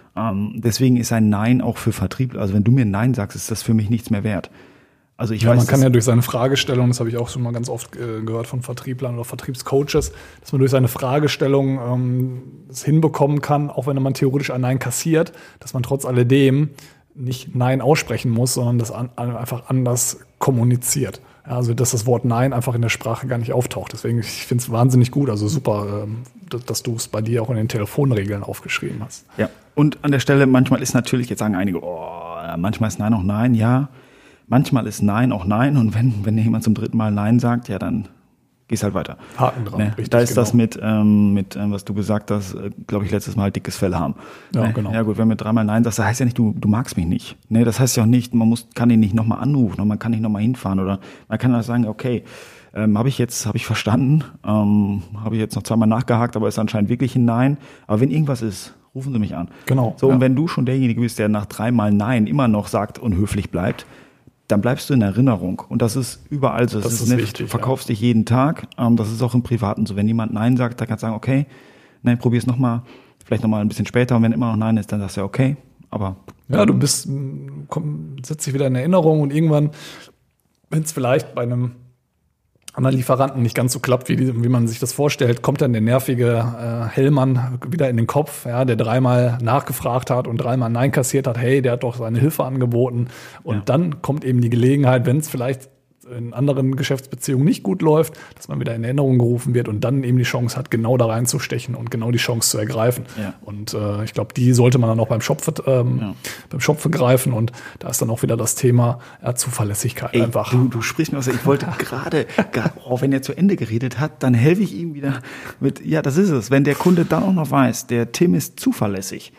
Deswegen ist ein Nein auch für Vertriebler, also wenn du mir Nein sagst, ist das für mich nichts mehr wert. Also man kann ja durch seine Fragestellung, das habe ich auch schon mal ganz oft gehört von Vertrieblern oder Vertriebscoaches, dass man durch seine Fragestellung es hinbekommen kann, auch wenn man theoretisch ein Nein kassiert, dass man trotz alledem nicht Nein aussprechen muss, sondern das einfach anders kommuniziert. Ja, also dass das Wort Nein einfach in der Sprache gar nicht auftaucht. Deswegen, ich finde es wahnsinnig gut, also super, dass du es bei dir auch in den Telefonregeln aufgeschrieben hast. Ja, und an der Stelle, manchmal ist natürlich, jetzt sagen einige, manchmal ist Nein auch Nein, ja. Manchmal ist Nein auch Nein und wenn jemand zum 3. Mal Nein sagt, ja, dann gehst halt weiter. Haken dran, richtig, da ist genau. Das mit was du gesagt hast, glaube ich, letztes Mal dickes Fell haben. Ja, genau. Ja gut, wenn du 3 Mal Nein sagst, das heißt ja nicht, du magst mich nicht. Das heißt ja auch nicht, kann ihn nicht nochmal anrufen und man kann nicht nochmal hinfahren oder man kann auch sagen, okay, habe ich verstanden, habe ich jetzt noch 2-mal nachgehakt, aber ist anscheinend wirklich ein Nein. Aber wenn irgendwas ist, rufen Sie mich an. Genau. So, und wenn du schon derjenige bist, der nach 3 Mal Nein immer noch sagt und höflich bleibt, dann bleibst du in Erinnerung. Und das ist überall so. Das ist wichtig, du verkaufst dich jeden Tag. Das ist auch im Privaten so. Wenn jemand Nein sagt, dann kannst du sagen, okay, nein, probier's nochmal, vielleicht nochmal ein bisschen später. Und wenn immer noch Nein ist, dann sagst du ja, okay. Aber ja, du setzt dich wieder in Erinnerung und irgendwann, wenn es vielleicht bei einem anderen Lieferanten nicht ganz so klappt, wie man sich das vorstellt, kommt dann der nervige Hellmann wieder in den Kopf, ja, der 3-mal nachgefragt hat und 3-mal Nein kassiert hat, hey, der hat doch seine Hilfe angeboten. Und dann kommt eben die Gelegenheit, wenn es vielleicht in anderen Geschäftsbeziehungen nicht gut läuft, dass man wieder in Erinnerung gerufen wird und dann eben die Chance hat, genau da reinzustechen und genau die Chance zu ergreifen. Ja. Und ich glaube, die sollte man dann auch beim Shop vergreifen und da ist dann auch wieder das Thema Zuverlässigkeit einfach. Du sprichst mir aus, ich wollte gerade, wenn er zu Ende geredet hat, dann helfe ich ihm wieder mit, ja, das ist es. Wenn der Kunde dann auch noch weiß, der Tim ist zuverlässig,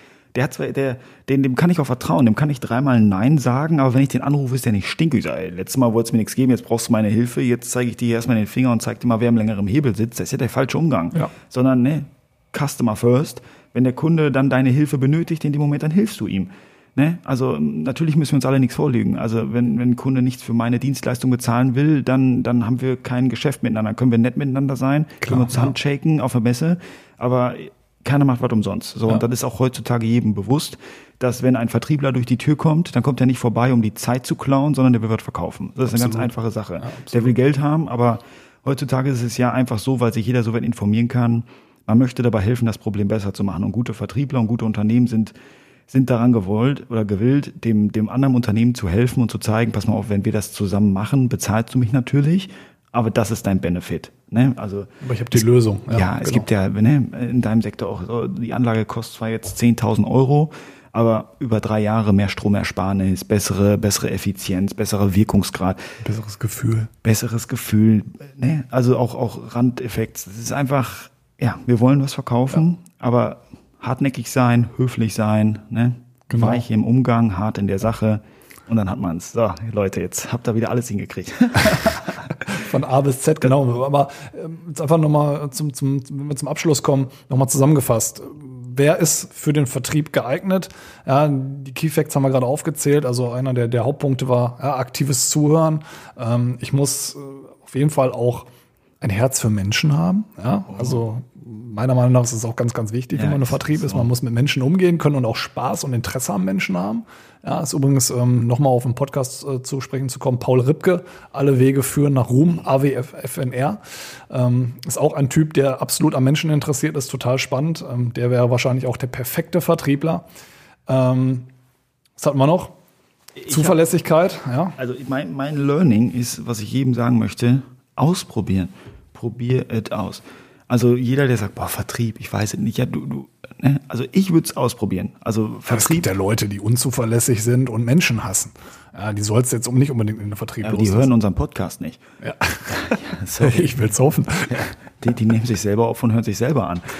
dem kann ich auch vertrauen, dem kann ich 3-mal Nein sagen, aber wenn ich den anrufe, ist der nicht stinkig. Ich sage, letztes Mal wolltest du mir nichts geben, jetzt brauchst du meine Hilfe, jetzt zeige ich dir erstmal den Finger und zeige dir mal, wer am längeren Hebel sitzt. Das ist ja der falsche Umgang. Ja. Sondern, Customer first. Wenn der Kunde dann deine Hilfe benötigt, in dem Moment, dann hilfst du ihm. Also natürlich müssen wir uns alle nichts vorlügen. Also wenn ein Kunde nichts für meine Dienstleistung bezahlen will, dann haben wir kein Geschäft miteinander. Können wir nett miteinander sein, können wir uns handshaken auf der Messe, aber keiner macht was umsonst. So, und das ist auch heutzutage jedem bewusst, dass wenn ein Vertriebler durch die Tür kommt, dann kommt er nicht vorbei, um die Zeit zu klauen, sondern der will was verkaufen. Das ist eine ganz einfache Sache. Ja, der will Geld haben, aber heutzutage ist es ja einfach so, weil sich jeder so weit informieren kann. Man möchte dabei helfen, das Problem besser zu machen. Und gute Vertriebler und gute Unternehmen sind daran gewillt, dem anderen Unternehmen zu helfen und zu zeigen, pass mal auf, wenn wir das zusammen machen, bezahlst du mich natürlich, aber das ist dein Benefit. Also, aber ich habe die Lösung. Ja, es gibt ja in deinem Sektor auch, die Anlage kostet zwar jetzt 10.000 €, aber über 3 Jahre mehr Stromersparnis, bessere Effizienz, besserer Wirkungsgrad. Besseres Gefühl. Also auch Randeffekt. Es ist einfach, wir wollen was verkaufen, aber hartnäckig sein, höflich sein, genau. Weich im Umgang, hart in der Sache und dann hat man es. So, Leute, jetzt habt ihr wieder alles hingekriegt. Von A bis Z, genau. Aber jetzt einfach nochmal wenn wir zum Abschluss kommen, nochmal zusammengefasst. Wer ist für den Vertrieb geeignet? Ja, die Key Facts haben wir gerade aufgezählt. Also einer der Hauptpunkte war aktives Zuhören. Ich muss auf jeden Fall auch ein Herz für Menschen haben. Ja? Also meiner Meinung nach ist es auch ganz, ganz wichtig, wenn man im Vertrieb ist. Man muss mit Menschen umgehen können und auch Spaß und Interesse am Menschen haben. Ja, ist übrigens nochmal auf dem Podcast zu sprechen zu kommen. Paul Ripke, Alle Wege führen nach Ruhm, AWFNR. Ist auch ein Typ, der absolut am Menschen interessiert ist, total spannend. Der wäre wahrscheinlich auch der perfekte Vertriebler. Was hatten wir noch? Zuverlässigkeit, ja. Also mein Learning ist, was ich jedem sagen möchte, ausprobieren. Probier es aus. Also jeder, der sagt, boah, Vertrieb, ich weiß es nicht, ja, ne? Also ich würde es ausprobieren. Also Es gibt ja Leute, die unzuverlässig sind und Menschen hassen. Ja, die sollst du jetzt nicht unbedingt in den Vertrieb aber die hören unseren Podcast nicht. Ja. Sorry. Ich will's hoffen. Ja, die nehmen sich selber auf und hören sich selber an.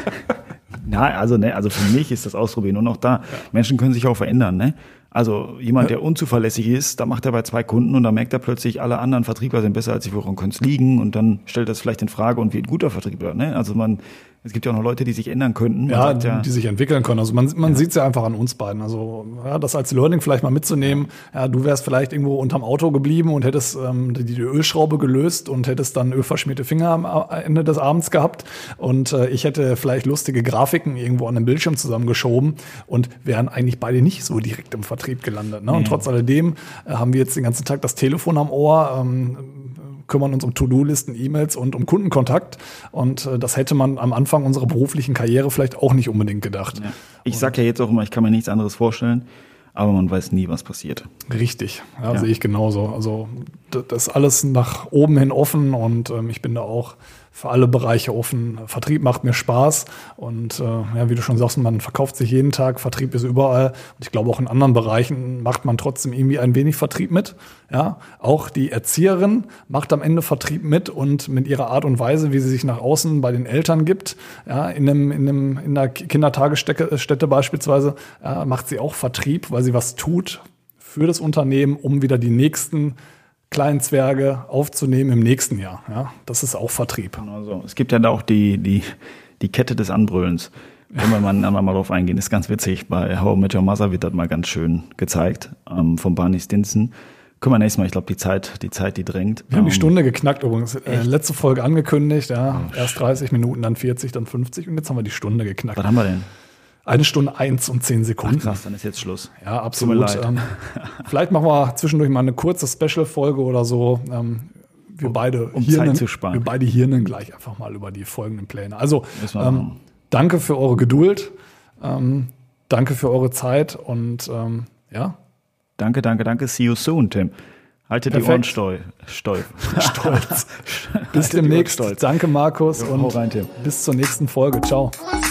Also für mich ist das Ausprobieren. Und auch da, Menschen können sich auch verändern, ne? Also jemand, der unzuverlässig ist, da macht er bei 2 Kunden und dann merkt er plötzlich, alle anderen Vertriebler sind besser als ich, woran könnte es liegen? Und dann stellt das vielleicht in Frage und wird ein guter Vertriebler, ne? Also es gibt ja auch noch Leute, die sich ändern könnten. Ja, die sich entwickeln können. Also man sieht es ja einfach an uns beiden. Also das als Learning vielleicht mal mitzunehmen. Ja, du wärst vielleicht irgendwo unterm Auto geblieben und hättest die Ölschraube gelöst und hättest dann ölverschmierte Finger am Ende des Abends gehabt. Und ich hätte vielleicht lustige Grafiken irgendwo an dem Bildschirm zusammengeschoben und wären eigentlich beide nicht so direkt im Vertrieb gelandet. Ne? Und trotz alledem haben wir jetzt den ganzen Tag das Telefon am Ohr, kümmern uns um To-Do-Listen, E-Mails und um Kundenkontakt. Und das hätte man am Anfang unserer beruflichen Karriere vielleicht auch nicht unbedingt gedacht. Ja. Ich sage ja jetzt auch immer, ich kann mir nichts anderes vorstellen, aber man weiß nie, was passiert. Richtig, ja. Sehe ich genauso. Also das ist alles nach oben hin offen und ich bin da auch für alle Bereiche offen. Vertrieb macht mir Spaß und wie du schon sagst, man verkauft sich jeden Tag, Vertrieb ist überall. Und ich glaube, auch in anderen Bereichen macht man trotzdem irgendwie ein wenig Vertrieb mit. Ja, auch die Erzieherin macht am Ende Vertrieb mit und mit ihrer Art und Weise, wie sie sich nach außen bei den Eltern gibt, ja, in einer Kindertagesstätte beispielsweise, macht sie auch Vertrieb, weil sie was tut für das Unternehmen, um wieder die nächsten kleinen Zwerge aufzunehmen im nächsten Jahr. Ja, das ist auch Vertrieb. Genau so. Es gibt ja da auch die Kette des Anbrüllens. Wenn wir mal drauf eingehen, ist ganz witzig. Bei How I Met Your Mother wird das mal ganz schön gezeigt, von Barney Stinson. Können wir nächstes Mal, ich glaube, die Zeit, die drängt. Wir haben die Stunde geknackt übrigens. Letzte Folge angekündigt, ja. Erst 30 Minuten, dann 40, dann 50 und jetzt haben wir die Stunde geknackt. Was haben wir denn? 1 Stunde 1 und 10 Sekunden. Ach krass, dann ist jetzt Schluss. Ja, absolut. Vielleicht machen wir zwischendurch mal eine kurze Special-Folge oder so. Wir beide Zeit zu sparen. Wir beide hirnen gleich einfach mal über die folgenden Pläne. Also, danke für eure Geduld. Danke für eure Zeit und ja. Danke. See you soon, Tim. Haltet die Ohren stolz. Bis demnächst. Danke, Markus. Hau rein, Tim. Bis zur nächsten Folge. Ciao.